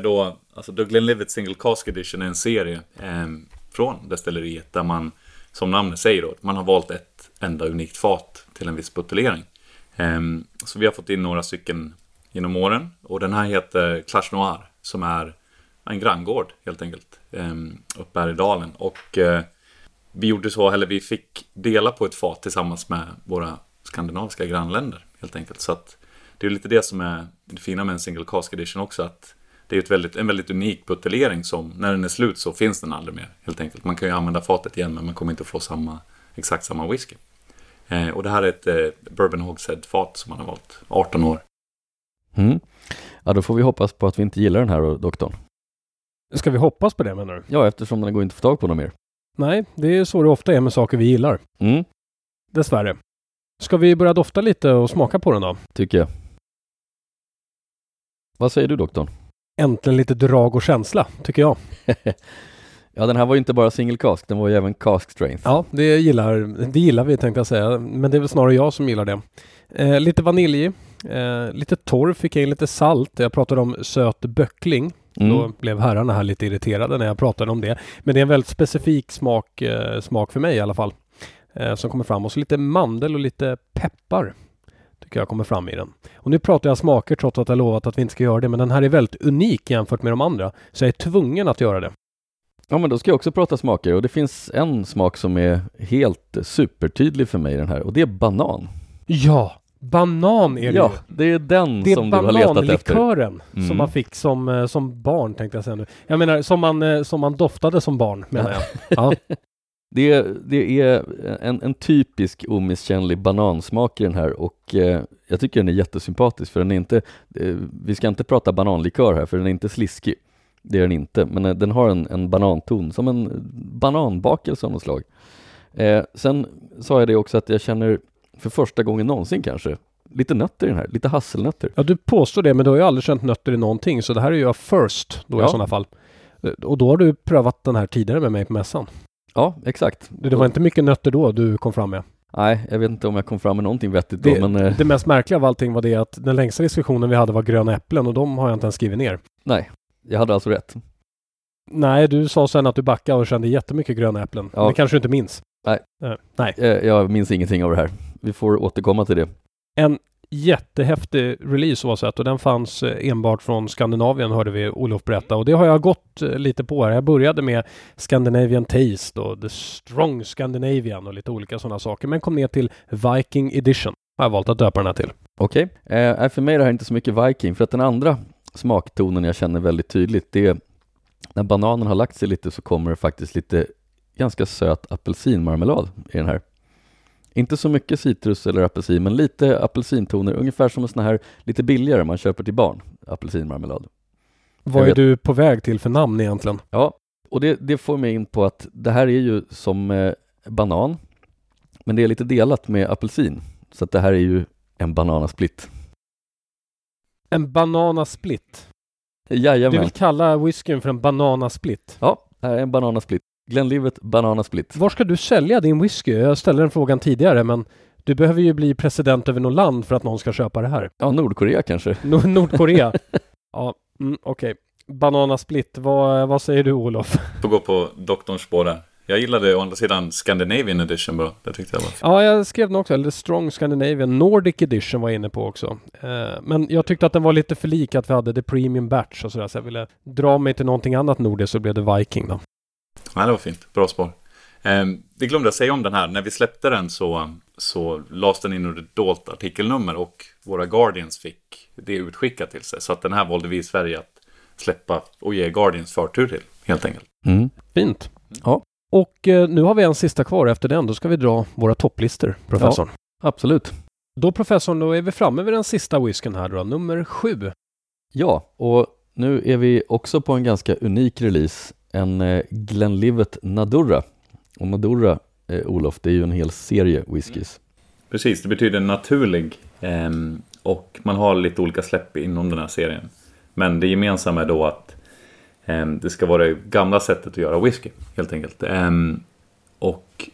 Speaker 4: alltså The Glenlivet Single Cask Edition är en serie från destilleriet där man, som namnet säger då, man har valt ett enda unikt fat till en viss buteljering. Så vi har fått in några stycken genom åren, och den här heter Clash Noir, som är en granngård helt enkelt, uppe här i dalen. Och vi gjorde så, eller vi fick dela på ett fat tillsammans med våra skandinaviska grannländer helt enkelt. Så att det är lite det som är det fina med en Single Cask Edition också, att det är en väldigt unik buteljering som när den är slut så finns den aldrig mer helt enkelt. Man kan ju använda fatet igen, men man kommer inte få exakt samma whisky. Och det här är ett Bourbon Hogshead-fat som man har valt, 18 år.
Speaker 2: Ja, då får vi hoppas på att vi inte gillar den här, doktorn.
Speaker 1: Ska vi hoppas på det, menar du?
Speaker 2: Ja, eftersom den går inte att få tag på någon mer.
Speaker 1: Nej, det är så det ofta är med saker vi gillar. Dessvärre. Ska vi börja dofta lite och smaka på den då?
Speaker 2: Tycker jag. Vad säger du, doktorn?
Speaker 1: Äntligen lite drag och känsla, tycker jag.
Speaker 2: Ja, den här var ju inte bara single cask, den var ju även cask strength.
Speaker 1: Ja, det gillar vi, tänkte jag säga. Men det är väl snarare jag som gillar det. Lite vanilj, lite torr, fick jag in lite salt. Jag pratade om söt böckling. Då blev herrarna här lite irriterade när jag pratade om det. Men det är en väldigt specifik smak för mig i alla fall. Som kommer fram. Och så lite mandel och lite peppar tycker jag kommer fram i den. Och nu pratar jag smaker trots att jag lovat att vi inte ska göra det. Men den här är väldigt unik jämfört med de andra. Så jag är tvungen att göra det.
Speaker 2: Ja, men då ska jag också prata smaker. Och det finns en smak som är helt supertydlig för mig i den här. Och det är banan.
Speaker 1: Ja, banan är det ju.
Speaker 2: Det är den det som du har letat efter. Det är bananlikören som man fick som barn, tänkte jag säga nu. Jag menar, som man doftade som barn, menar jag. Ja. Det är en typisk omisskännlig banansmak i den här, och jag tycker den är jättesympatisk, för den är inte, vi ska inte prata bananlikör här, för den är inte sliskig. Det är den inte, men den har en bananton, som en bananbakelse av något slag. Sen sa jag det också att jag känner för första gången någonsin kanske lite nötter i den här, lite hasselnötter. Ja,
Speaker 1: du påstår det, men du har ju aldrig känt nötter i någonting, så det här är ju first då i sådana fall. Och då har du prövat den här tidigare med mig på mässan.
Speaker 2: Ja, exakt.
Speaker 1: Det var inte mycket nötter då du kom fram med.
Speaker 2: Nej, jag vet inte om jag kom fram med någonting vettigt då. Men
Speaker 1: det mest märkliga av allting var det att den längsta diskussionen vi hade var gröna äpplen, och de har jag inte ens skrivit ner.
Speaker 2: Nej, jag hade alltså rätt.
Speaker 1: Nej, du sa sen att du backade och kände jättemycket gröna äpplen. Ja. Det kanske du inte minns.
Speaker 2: Nej. Jag minns ingenting av det här. Vi får återkomma till det.
Speaker 1: En jättehäftig release oavsett, och den fanns enbart från Skandinavien, hörde vi Olof berätta, och det har jag gått lite på här. Jag började med Scandinavian Taste och The Strong Scandinavian och lite olika sådana saker, men kom ner till Viking Edition. Har jag valt att döpa den här till.
Speaker 2: Okej. För mig är det här inte så mycket Viking, för att den andra smaktonen jag känner väldigt tydligt, det är när bananen har lagt sig lite, så kommer det faktiskt lite ganska söt apelsinmarmelad i den här. Inte så mycket citrus eller apelsin, men lite apelsintoner, ungefär som en sån här lite billigare man köper till barn, apelsinmarmelad.
Speaker 1: Vad är du på väg till för namn egentligen?
Speaker 2: Ja, och det får mig in på att det här är ju som banan, men det är lite delat med apelsin, så att det här är ju en bananasplit.
Speaker 1: En bananasplit?
Speaker 2: Jajamän.
Speaker 1: Du vill kalla whiskyn för en bananasplit?
Speaker 2: Ja, det här är en bananasplit. Glenlivet bananasplit.
Speaker 1: Var ska du sälja din whisky? Jag ställde den frågan tidigare, men du behöver ju bli president över något land för att någon ska köpa det här.
Speaker 2: Ja, Nordkorea kanske.
Speaker 1: Nordkorea? Ja, okej. Bananasplit, vad säger du, Olof?
Speaker 4: Får gå på doktorns spår där. Jag gillade å andra sidan Scandinavian Edition bra. Det tyckte jag var fint.
Speaker 1: Ja, jag skrev den också. Eller Strong Scandinavian. Nordic Edition var jag inne på också. Men jag tyckte att den var lite för lik att vi hade The Premium Batch och sådär. Så jag ville dra mig till någonting annat nordiskt, så blev det Viking då.
Speaker 4: Ja, det var fint. Bra spår. Det glömde jag säga om den här. När vi släppte den så lades den in under ett dolt artikelnummer, och våra Guardians fick det utskickat till sig. Så att den här valde vi i Sverige att släppa och ge Guardians förtur till, helt enkelt.
Speaker 1: Fint. Ja. Och nu har vi en sista kvar efter den. Då ska vi dra våra topplistor, professorn.
Speaker 2: Ja, absolut.
Speaker 1: Då, professorn, då är vi framme vid den sista whiskyn här då, nummer 7.
Speaker 2: Ja, och nu är vi också på en ganska unik release. En Glenlivet Nadurra. Och Nadurra, Olof, det är ju en hel serie whiskys.
Speaker 4: Precis, det betyder naturlig. Och man har lite olika släpp inom den här serien. Men det gemensamma är då att det ska vara det gamla sättet att göra whisky, helt enkelt. Och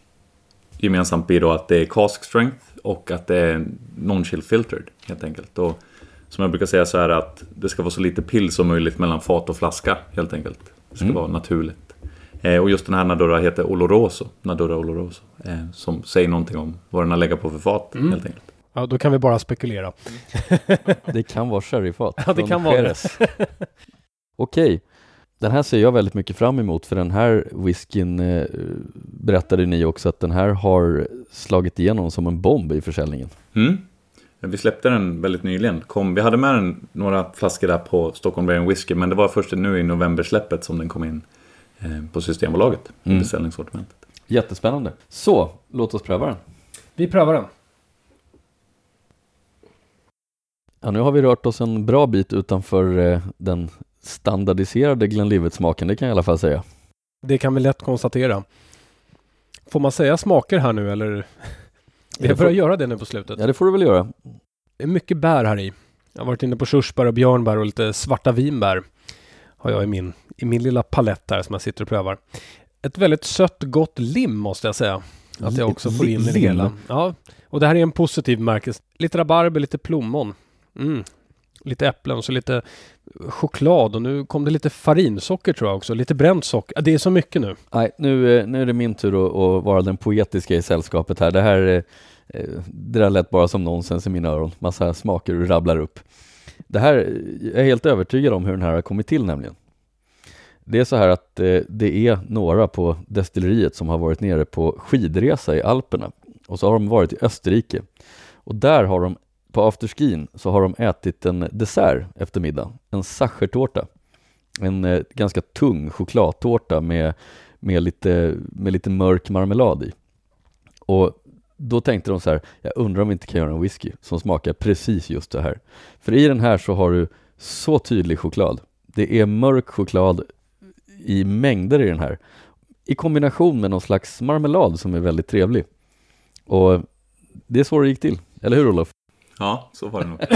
Speaker 4: gemensamt blir då att det är cask strength och att det är non-chill filtered, helt enkelt. Och som jag brukar säga så här att det ska vara så lite pill som möjligt mellan fat och flaska helt enkelt. Det ska vara naturligt. Och just den här Nadurra heter Nadurra Oloroso. Som säger någonting om vad den har legat på för fat helt enkelt.
Speaker 1: Ja, då kan vi bara spekulera.
Speaker 2: Det kan vara sherryfat.
Speaker 1: Ja, det kan vara det.
Speaker 2: Okej. Den här ser jag väldigt mycket fram emot, för den här whiskyn berättade ni också att den här har slagit igenom som en bomb i försäljningen.
Speaker 4: Vi släppte den väldigt nyligen. Vi hade med några flaskor där på Stockholm Beer & Whisky, men det var först nu i november-släppet som den kom in på Systembolaget i beställningssortimentet.
Speaker 2: Jättespännande. Så, låt oss pröva den.
Speaker 1: Vi prövar den.
Speaker 2: Ja, nu har vi rört oss en bra bit utanför den standardiserade Glenlivet-smaken, det kan jag i alla fall säga.
Speaker 1: Det kan vi lätt konstatera. Får man säga smaker här nu eller? Jag börjar göra det nu på slutet.
Speaker 2: Ja, det får du väl göra.
Speaker 1: Det är mycket bär här i. Jag har varit inne på körsbär och björnbär och lite svarta vinbär. Har jag i min lilla palett här som jag sitter och prövar. Ett väldigt sött gott lim måste jag säga. Att jag också får in i det hela. Ja, och det här är en positiv märkes. Lite rabarber, lite plommon. Lite äpplen och så lite choklad. Och nu kom det lite farinsocker tror jag också. Lite bränt socker. Det är så mycket nu.
Speaker 2: Nej, nu är det min tur att vara den poetiska i sällskapet här. Det där lät bara som nonsens i mina öron. Massa smaker du rabblar upp. Det här, jag är helt övertygad om hur den här har kommit till nämligen. Det är så här att det är några på destilleriet som har varit nere på skidresa i Alperna. Och så har de varit i Österrike. Och där har de, på afterskin, så har de ätit en dessert efter middag. En sachertårta. En ganska tung chokladtårta med lite mörk marmelad i. Och då tänkte de så här, jag undrar om vi inte kan göra en whisky som smakar precis just det här. För i den här så har du så tydlig choklad. Det är mörk choklad i mängder i den här. I kombination med någon slags marmelad som är väldigt trevlig. Och det är så det gick till. Eller hur, Olof?
Speaker 4: Ja, så var det nog.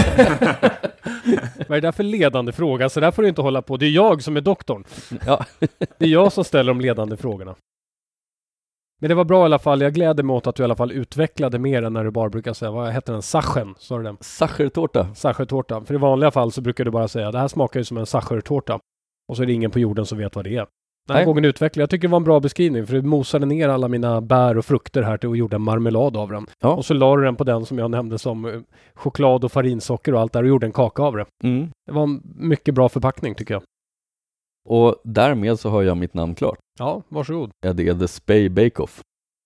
Speaker 1: Vad är det där för ledande fråga? Så där får du inte hålla på. Det är jag som är doktorn.
Speaker 2: Ja.
Speaker 1: Det är jag som ställer de ledande frågorna. Men det var bra i alla fall. Jag gläder mig åt att du i alla fall utvecklade mer än när du bara brukar säga, vad heter den? Sachen, sa du den?
Speaker 2: Sachertårta.
Speaker 1: Sachertårta. För i vanliga fall så brukar du bara säga, det här smakar ju som en sachertårta. Och så är det ingen på jorden som vet vad det är. Den här gången utvecklade. Jag tycker det var en bra beskrivning. För du mosade ner alla mina bär och frukter här till och gjorde en marmelad av den.
Speaker 2: Ja.
Speaker 1: Och så la du den på den som jag nämnde som choklad och farinsocker och allt där och gjorde en kaka av det. Det var en mycket bra förpackning tycker jag.
Speaker 2: Och därmed så har jag mitt namn klart.
Speaker 1: Ja, varsågod.
Speaker 2: Ja, det är The Spey Bake Off.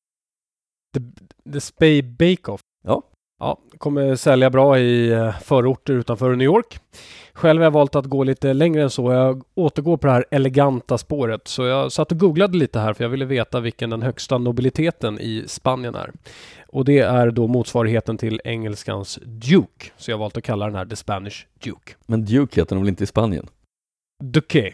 Speaker 1: The Spey Bake Off.
Speaker 2: Ja.
Speaker 1: Ja, kommer sälja bra i förorter utanför New York. Själv har jag valt att gå lite längre än så. Jag återgår på det här eleganta spåret. Så jag satt och googlade lite här för jag ville veta vilken den högsta nobiliteten i Spanien är. Och det är då motsvarigheten till engelskans Duke. Så jag har valt att kalla den här The Spanish Duke.
Speaker 2: Men Duke heter den väl inte i Spanien?
Speaker 1: Duque.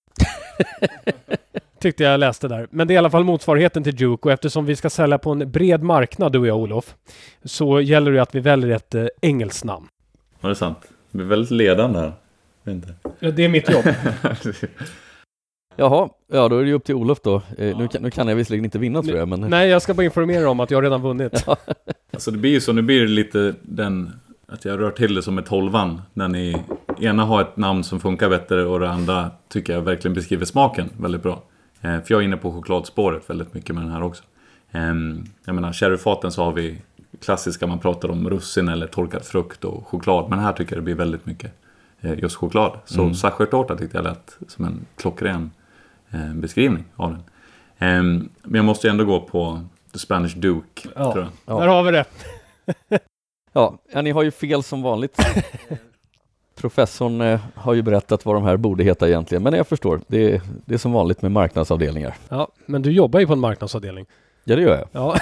Speaker 1: Tyckte jag läste där. Men det är i alla fall motsvarigheten till Duke. Och eftersom vi ska sälja på en bred marknad, du och jag, Olof, så gäller det att vi väljer ett engelskt namn.
Speaker 4: Ja, det är sant. Vi är väldigt ledande här.
Speaker 1: Ja, det är mitt jobb.
Speaker 2: Jaha, ja då är det upp till Olof då. Nu kan jag visserligen inte vinna tror jag. Men...
Speaker 1: Nej, jag ska bara informera om att jag redan vunnit.
Speaker 2: Ja.
Speaker 4: Alltså det blir ju så, nu blir det lite att jag rör till det som ett 12an. När ni ena har ett namn som funkar bättre och det andra tycker jag verkligen beskriver smaken väldigt bra. För jag är inne på chokladspåret väldigt mycket med den här också. Jag menar, sherryfaten så har vi klassiska, man pratar om russin eller torkad frukt och choklad. Men här tycker jag det blir väldigt mycket just choklad. Så sachertårta tyckte jag lät som en klockren beskrivning av den. Men jag måste ändå gå på The Spanish Duke, tror jag.
Speaker 1: Ja. Där har vi det.
Speaker 2: Ja, ni har ju fel som vanligt. Professorn har ju berättat vad de här borde heta egentligen. Men jag förstår, det är som vanligt med marknadsavdelningar.
Speaker 1: Ja, men du jobbar ju på en marknadsavdelning.
Speaker 2: Ja, det gör jag.
Speaker 1: Ja.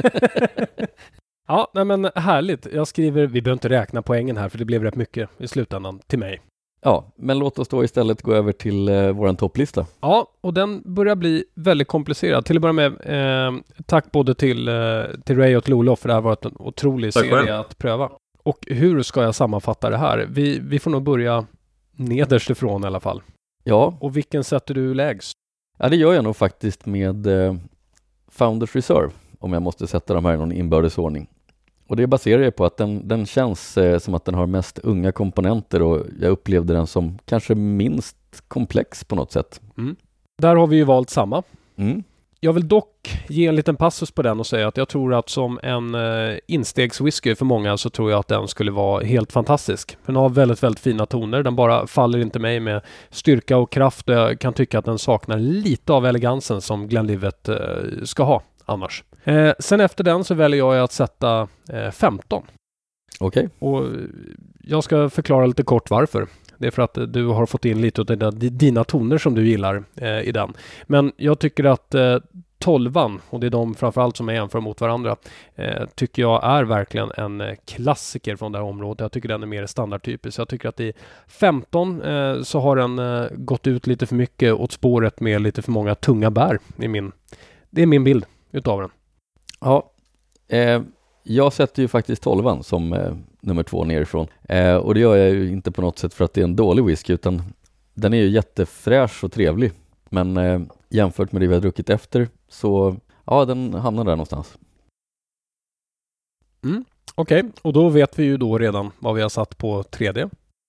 Speaker 1: Ja, nej men härligt. Jag skriver, vi behöver inte räkna poängen här för det blev rätt mycket i slutändan till mig.
Speaker 2: Ja, men låt oss då istället gå över till våran topplista.
Speaker 1: Ja, och den börjar bli väldigt komplicerad. Till att börja med, tack både till Ray och till Olof för det här var en otrolig serie att pröva. Och hur ska jag sammanfatta det här? Vi får nog börja nederst ifrån i alla fall.
Speaker 2: Ja.
Speaker 1: Och vilken sätter du lägst?
Speaker 2: Ja, det gör jag nog faktiskt med Founders Reserve. Om jag måste sätta de här i någon inbördesordning. Och det baserar jag på att den känns som att den har mest unga komponenter och jag upplevde den som kanske minst komplex på något sätt.
Speaker 1: Där har vi ju valt samma.
Speaker 2: Mm.
Speaker 1: Jag vill dock ge en liten passus på den och säga att jag tror att som en instegswhisky för många så tror jag att den skulle vara helt fantastisk. Den har väldigt, väldigt fina toner. Den bara faller inte mig med styrka och kraft. Jag kan tycka att den saknar lite av elegansen som Glenlivet ska ha annars. Sen efter den så väljer jag att sätta 15.
Speaker 2: Okej.
Speaker 1: Och jag ska förklara lite kort varför. Det är för att du har fått in lite av dina toner som du gillar i den. Men jag tycker att 12an, och det är de framförallt som är jämför mot varandra, tycker jag är verkligen en klassiker från det här området. Jag tycker den är mer standardtypisk. Jag tycker att i 15 så har den gått ut lite för mycket åt spåret med lite för många tunga bär. Det är min bild utav den.
Speaker 2: Ja, jag sätter ju faktiskt 12an som nummer 2 nerifrån. Och det gör jag ju inte på något sätt för att det är en dålig whisky, utan den är ju jättefräsch och trevlig. Men jämfört med det vi har druckit efter så, ja, den hamnar där någonstans.
Speaker 1: Okej, och då vet vi ju då redan vad vi har satt på 3D.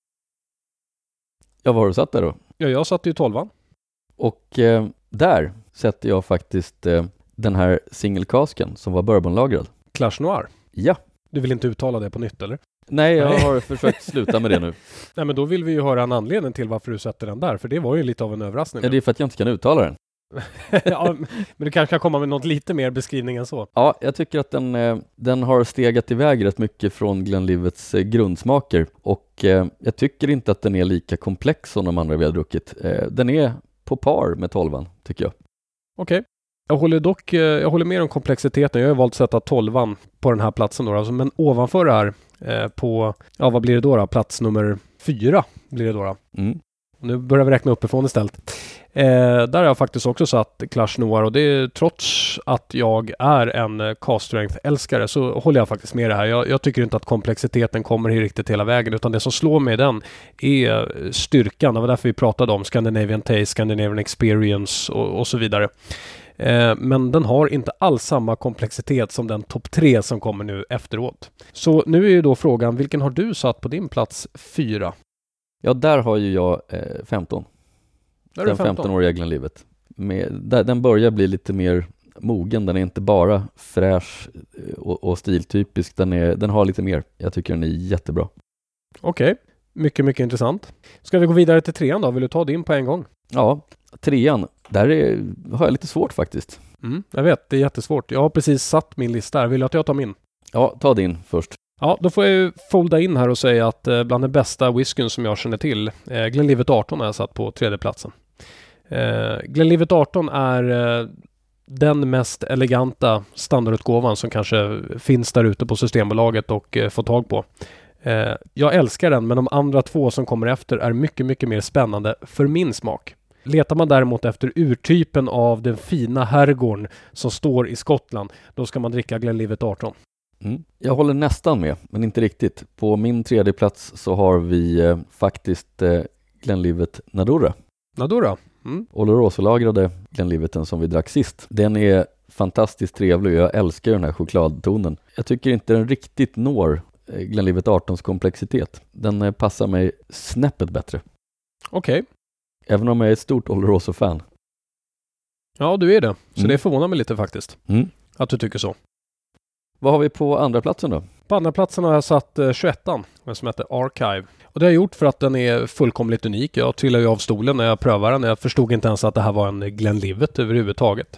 Speaker 2: Ja, vad har du satt där då?
Speaker 1: Ja, jag satt ju 12an.
Speaker 2: Och där sätter jag faktiskt den här singelkasken som var bourbonlagrad.
Speaker 1: Clash Noir.
Speaker 2: Ja.
Speaker 1: Du vill inte uttala det på nytt, eller?
Speaker 2: Nej, jag har försökt sluta med det nu.
Speaker 1: Nej, men då vill vi ju höra en anledning till varför du sätter den där. För det var ju lite av en överraskning.
Speaker 2: Ja, det är för att jag inte kan uttala den.
Speaker 1: Ja, men du kanske kan komma med något lite mer beskrivning än så.
Speaker 2: Ja, jag tycker att den har stegat iväg rätt mycket från Glenlivets grundsmaker. Och jag tycker inte att den är lika komplex som de andra vi har druckit. Den är på par med 12an, tycker jag.
Speaker 1: Okej. Jag håller med om komplexiteten. Jag har valt att sätta 12an på den här platsen då. Alltså, men ovanför det här på, ja, vad blir det då? Plats nummer 4 blir det då.
Speaker 2: Mm.
Speaker 1: Nu börjar vi räkna uppifrån istället. Där har jag faktiskt också satt Clash Noir, och det är trots att jag är en cast strength-älskare så håller jag faktiskt med det här. Jag tycker inte att komplexiteten kommer riktigt hela vägen, utan det som slår mig i den är styrkan. Det var därför vi pratade om Scandinavian Taste, Scandinavian Experience och så vidare. Men den har inte alls samma komplexitet som den topp 3 som kommer nu efteråt. Så nu är ju då frågan, vilken har du satt på din plats 4?
Speaker 2: Ja, där har ju jag 15.
Speaker 1: Där är
Speaker 2: Den
Speaker 1: 15.
Speaker 2: 15-åriga Glenlivet. Den börjar bli lite mer mogen. Den är inte bara fräsch och stiltypisk. Den har lite mer. Jag tycker den är jättebra.
Speaker 1: Okej. Mycket, mycket intressant. Ska vi gå vidare till 3:an då? Vill du ta din på en gång?
Speaker 2: Ja, 3:an. Har jag lite svårt faktiskt.
Speaker 1: Jag vet, det är jättesvårt. Jag har precis satt min lista här. Vill du att jag tar min?
Speaker 2: Ja, ta din först.
Speaker 1: Ja, då får jag ju folda in här och säga att bland den bästa whiskyn som jag känner till, Glenlivet 18 har jag satt på 3:e platsen. Glenlivet 18 är den mest eleganta standardutgåvan som kanske finns där ute på Systembolaget och få tag på. Jag älskar den, men de andra 2 som kommer efter är mycket, mycket mer spännande för min smak. Letar man däremot efter urtypen av den fina herrgården som står i Skottland, då ska man dricka Glenlivet 18.
Speaker 2: Jag håller nästan med, men inte riktigt. På min 3:e plats så har vi faktiskt Glenlivet Nadurra.
Speaker 1: Nadurra?
Speaker 2: Oloroso-lagrade Glenliveten som vi drack sist. Den är fantastiskt trevlig och jag älskar den här chokladtonen. Jag tycker inte den riktigt når Glenlivet 18s komplexitet. Den passar mig snäppet bättre.
Speaker 1: Okej.
Speaker 2: Även om jag är ett stort Oloroso-fan.
Speaker 1: Ja, du är det. Så det förvånar mig lite faktiskt. Att du tycker så.
Speaker 2: Vad har vi på andra platsen då?
Speaker 1: På andra platsen har jag satt 21an, som heter Archive. Och det har jag gjort för att den är fullkomligt unik. Jag trillade ju av stolen när jag prövade den. Jag förstod inte ens att det här var en Glenlivet överhuvudtaget.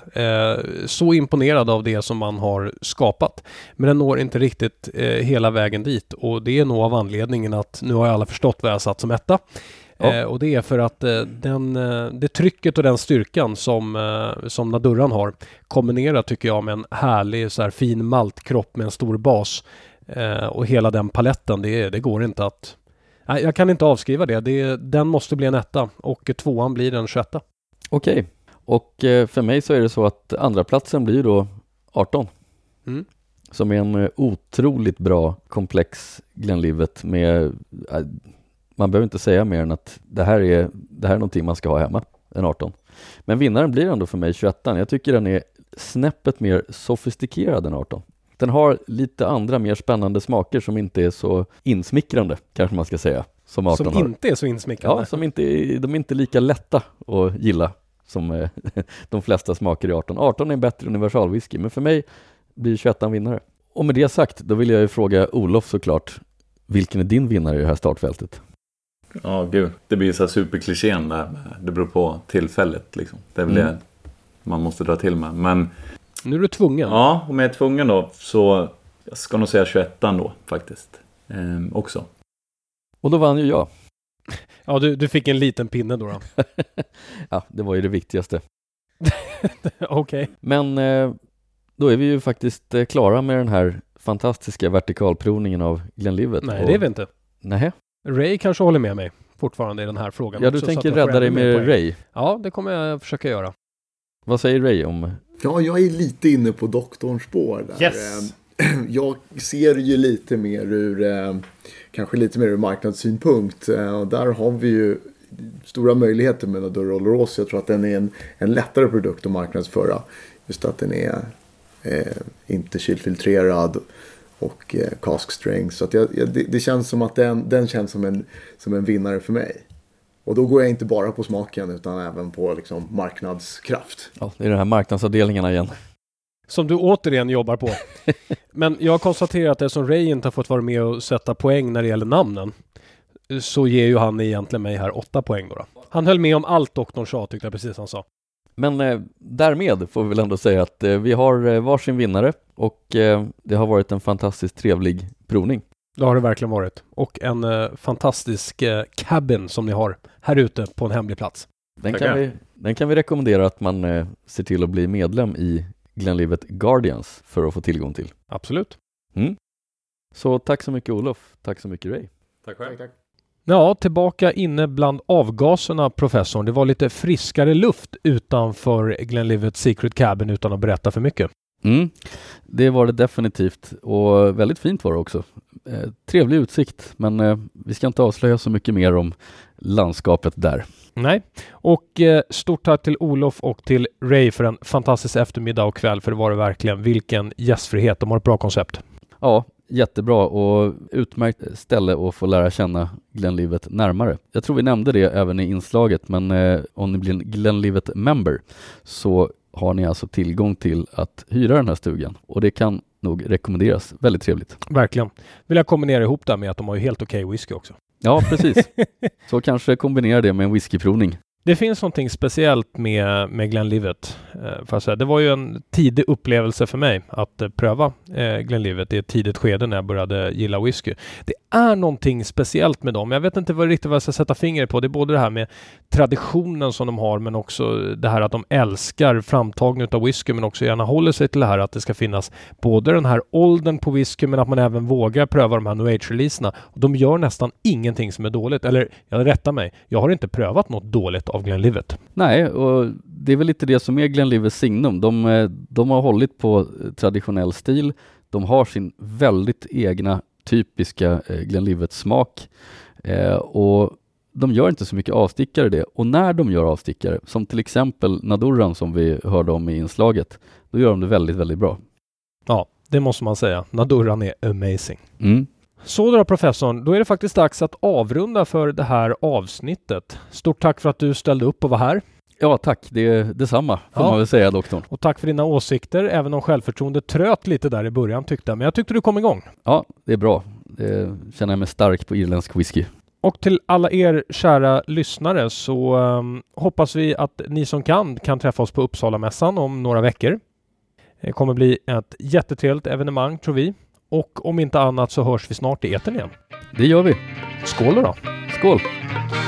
Speaker 1: Så imponerad av det som man har skapat. Men den når inte riktigt hela vägen dit. Och det är nog av anledningen att nu har alla förstått vad jag har satt som etta. Ja. Och det är för att det trycket och den styrkan som Nadurran har kombinerat tycker jag med en härlig så här fin maltkropp med en stor bas och hela den paletten, det går inte att... Nej, jag kan inte avskriva det. Den måste bli en etta och 2:an blir en 21.
Speaker 2: Okej. Och för mig så är det så att andra platsen blir då 18. Som är en otroligt bra komplex Glenlivet med... Man behöver inte säga mer än att det här är någonting man ska ha hemma, en 18. Men vinnaren blir ändå för mig 21. Jag tycker den är snäppet mer sofistikerad än 18. Den har lite andra mer spännande smaker som inte är så insmickrande, kanske man ska säga, som 18
Speaker 1: Som
Speaker 2: har.
Speaker 1: inte är så insmickrande.
Speaker 2: Ja, de är inte lika lätta att gilla som de flesta smaker i 18. 18 är en bättre universalwhisky, men för mig blir 21 en vinnare. Och med det sagt, då vill jag ju fråga Olof såklart, vilken är din vinnare i det här startfältet?
Speaker 4: Ja, gud. Det blir så här superklichén där. Det beror på tillfället liksom. Det är väl det man måste dra till med. Men
Speaker 1: Nu är du tvungen.
Speaker 4: ja, om jag är tvungen då så jag ska nog säga 21 då faktiskt. Också.
Speaker 2: Och då vann ju jag.
Speaker 1: Ja, du fick en liten pinne då.
Speaker 2: Ja, det var ju det viktigaste.
Speaker 1: Okej.
Speaker 2: Men då är vi ju faktiskt klara med den här fantastiska vertikalprovningen av Glenlivet.
Speaker 1: Nej, det är vi inte.
Speaker 2: Nej.
Speaker 1: Ray kanske håller med mig fortfarande i den här frågan.
Speaker 2: Ja, du
Speaker 1: också,
Speaker 2: tänker
Speaker 1: så att jag får
Speaker 2: rädda dig
Speaker 1: ännu mer
Speaker 2: med
Speaker 1: poäng.
Speaker 2: Ray.
Speaker 1: Ja, det kommer jag försöka göra.
Speaker 2: Vad säger Ray om...
Speaker 3: Ja, jag är lite inne på doktorns spår där.
Speaker 1: Yes!
Speaker 3: Jag ser ju lite mer kanske lite mer ur marknadssynpunkt. Och där har vi ju stora möjligheter med Nadurra Oloroso. Jag tror att den är en lättare produkt att marknadsföra. Just att den är inte kylfiltrerad och cask strength. Så att det känns som att den känns som en vinnare för mig. Och då går jag inte bara på smaken utan även på liksom marknadskraft.
Speaker 2: Ja, det är de här marknadsavdelningarna igen.
Speaker 1: Som du återigen jobbar på. Men jag konstaterar att eftersom Ray inte har fått vara med och sätta poäng när det gäller namnen, så ger ju han egentligen mig här 8 poäng då. Han höll med om allt doktorn sa, tyckte jag precis han sa.
Speaker 2: Men därmed får vi väl ändå säga att vi har varsin vinnare och det har varit en fantastiskt trevlig provning.
Speaker 1: Det har det verkligen varit. Och en fantastisk cabin som ni har här ute på en hemlig plats.
Speaker 2: Den kan vi rekommendera att man ser till att bli medlem i Glenlivet Guardians för att få tillgång till.
Speaker 1: Absolut.
Speaker 2: Så tack så mycket Olof, tack så mycket Ray.
Speaker 4: Tack själv.
Speaker 3: Tack.
Speaker 1: Ja, tillbaka inne bland avgaserna, professorn. Det var lite friskare luft utanför Glenlivet Secret Cabin utan att berätta för mycket.
Speaker 2: Det var det definitivt och väldigt fint var det också. Trevlig utsikt, men vi ska inte avslöja så mycket mer om landskapet där.
Speaker 1: Nej, och stort tack till Olof och till Ray för en fantastisk eftermiddag och kväll, för det var det verkligen. Vilken gästfrihet, de har ett bra koncept.
Speaker 2: Ja, jättebra och utmärkt ställe att få lära känna Glenlivet närmare. Jag tror vi nämnde det även i inslaget, men om ni blir en Glenlivet member så har ni alltså tillgång till att hyra den här stugan och det kan nog rekommenderas. Väldigt trevligt.
Speaker 1: Verkligen. Vill jag kombinera ihop det med att de har ju helt okej whisky också.
Speaker 2: Ja, precis. Så kanske kombinera det med en whiskyprovning.
Speaker 1: Det finns någonting speciellt med Glenlivet. Det var ju en tidig upplevelse för mig att pröva Glenlivet i ett tidigt skede när jag började gilla whisky. Det är någonting speciellt med dem. Jag vet inte riktigt vad jag ska sätta fingret på. Det är både det här med traditionen som de har, men också det här att de älskar framtagning av whisky, men också gärna håller sig till det här att det ska finnas både den här åldern på whisky, men att man även vågar pröva de här New Age-releaserna. De gör nästan ingenting som är dåligt. Eller, jag rättar mig. Jag har inte prövat något dåligt av Glenlivet.
Speaker 2: Nej, och det är väl lite det som är Glenlivets signum. De har hållit på traditionell stil. De har sin väldigt egna typiska Glenlivet-smak. Och de gör inte så mycket avstickare det. Och när de gör avstickare, som till exempel Nadurran som vi hörde om i inslaget, då gör de det väldigt, väldigt bra.
Speaker 1: Ja, det måste man säga. Nadurran är amazing.
Speaker 2: Mm.
Speaker 1: Så då professorn, då är det faktiskt dags att avrunda för det här avsnittet. Stort tack för att du ställde upp och var här.
Speaker 2: Ja, tack. Det är detsamma, får man väl säga, doktorn.
Speaker 1: Och tack för dina åsikter, även om självförtroendet tröt lite där i början tyckte jag. Men jag tyckte du kom igång.
Speaker 2: Ja, det är bra. Det känner jag mig stark på irländsk whisky.
Speaker 1: Och till alla er kära lyssnare så hoppas vi att ni som kan träffa oss på Uppsala-mässan om några veckor. Det kommer bli ett jättetrevligt evenemang, tror vi. Och om inte annat så hörs vi snart i etern igen.
Speaker 2: Det gör vi.
Speaker 1: Skål då!
Speaker 2: Skål!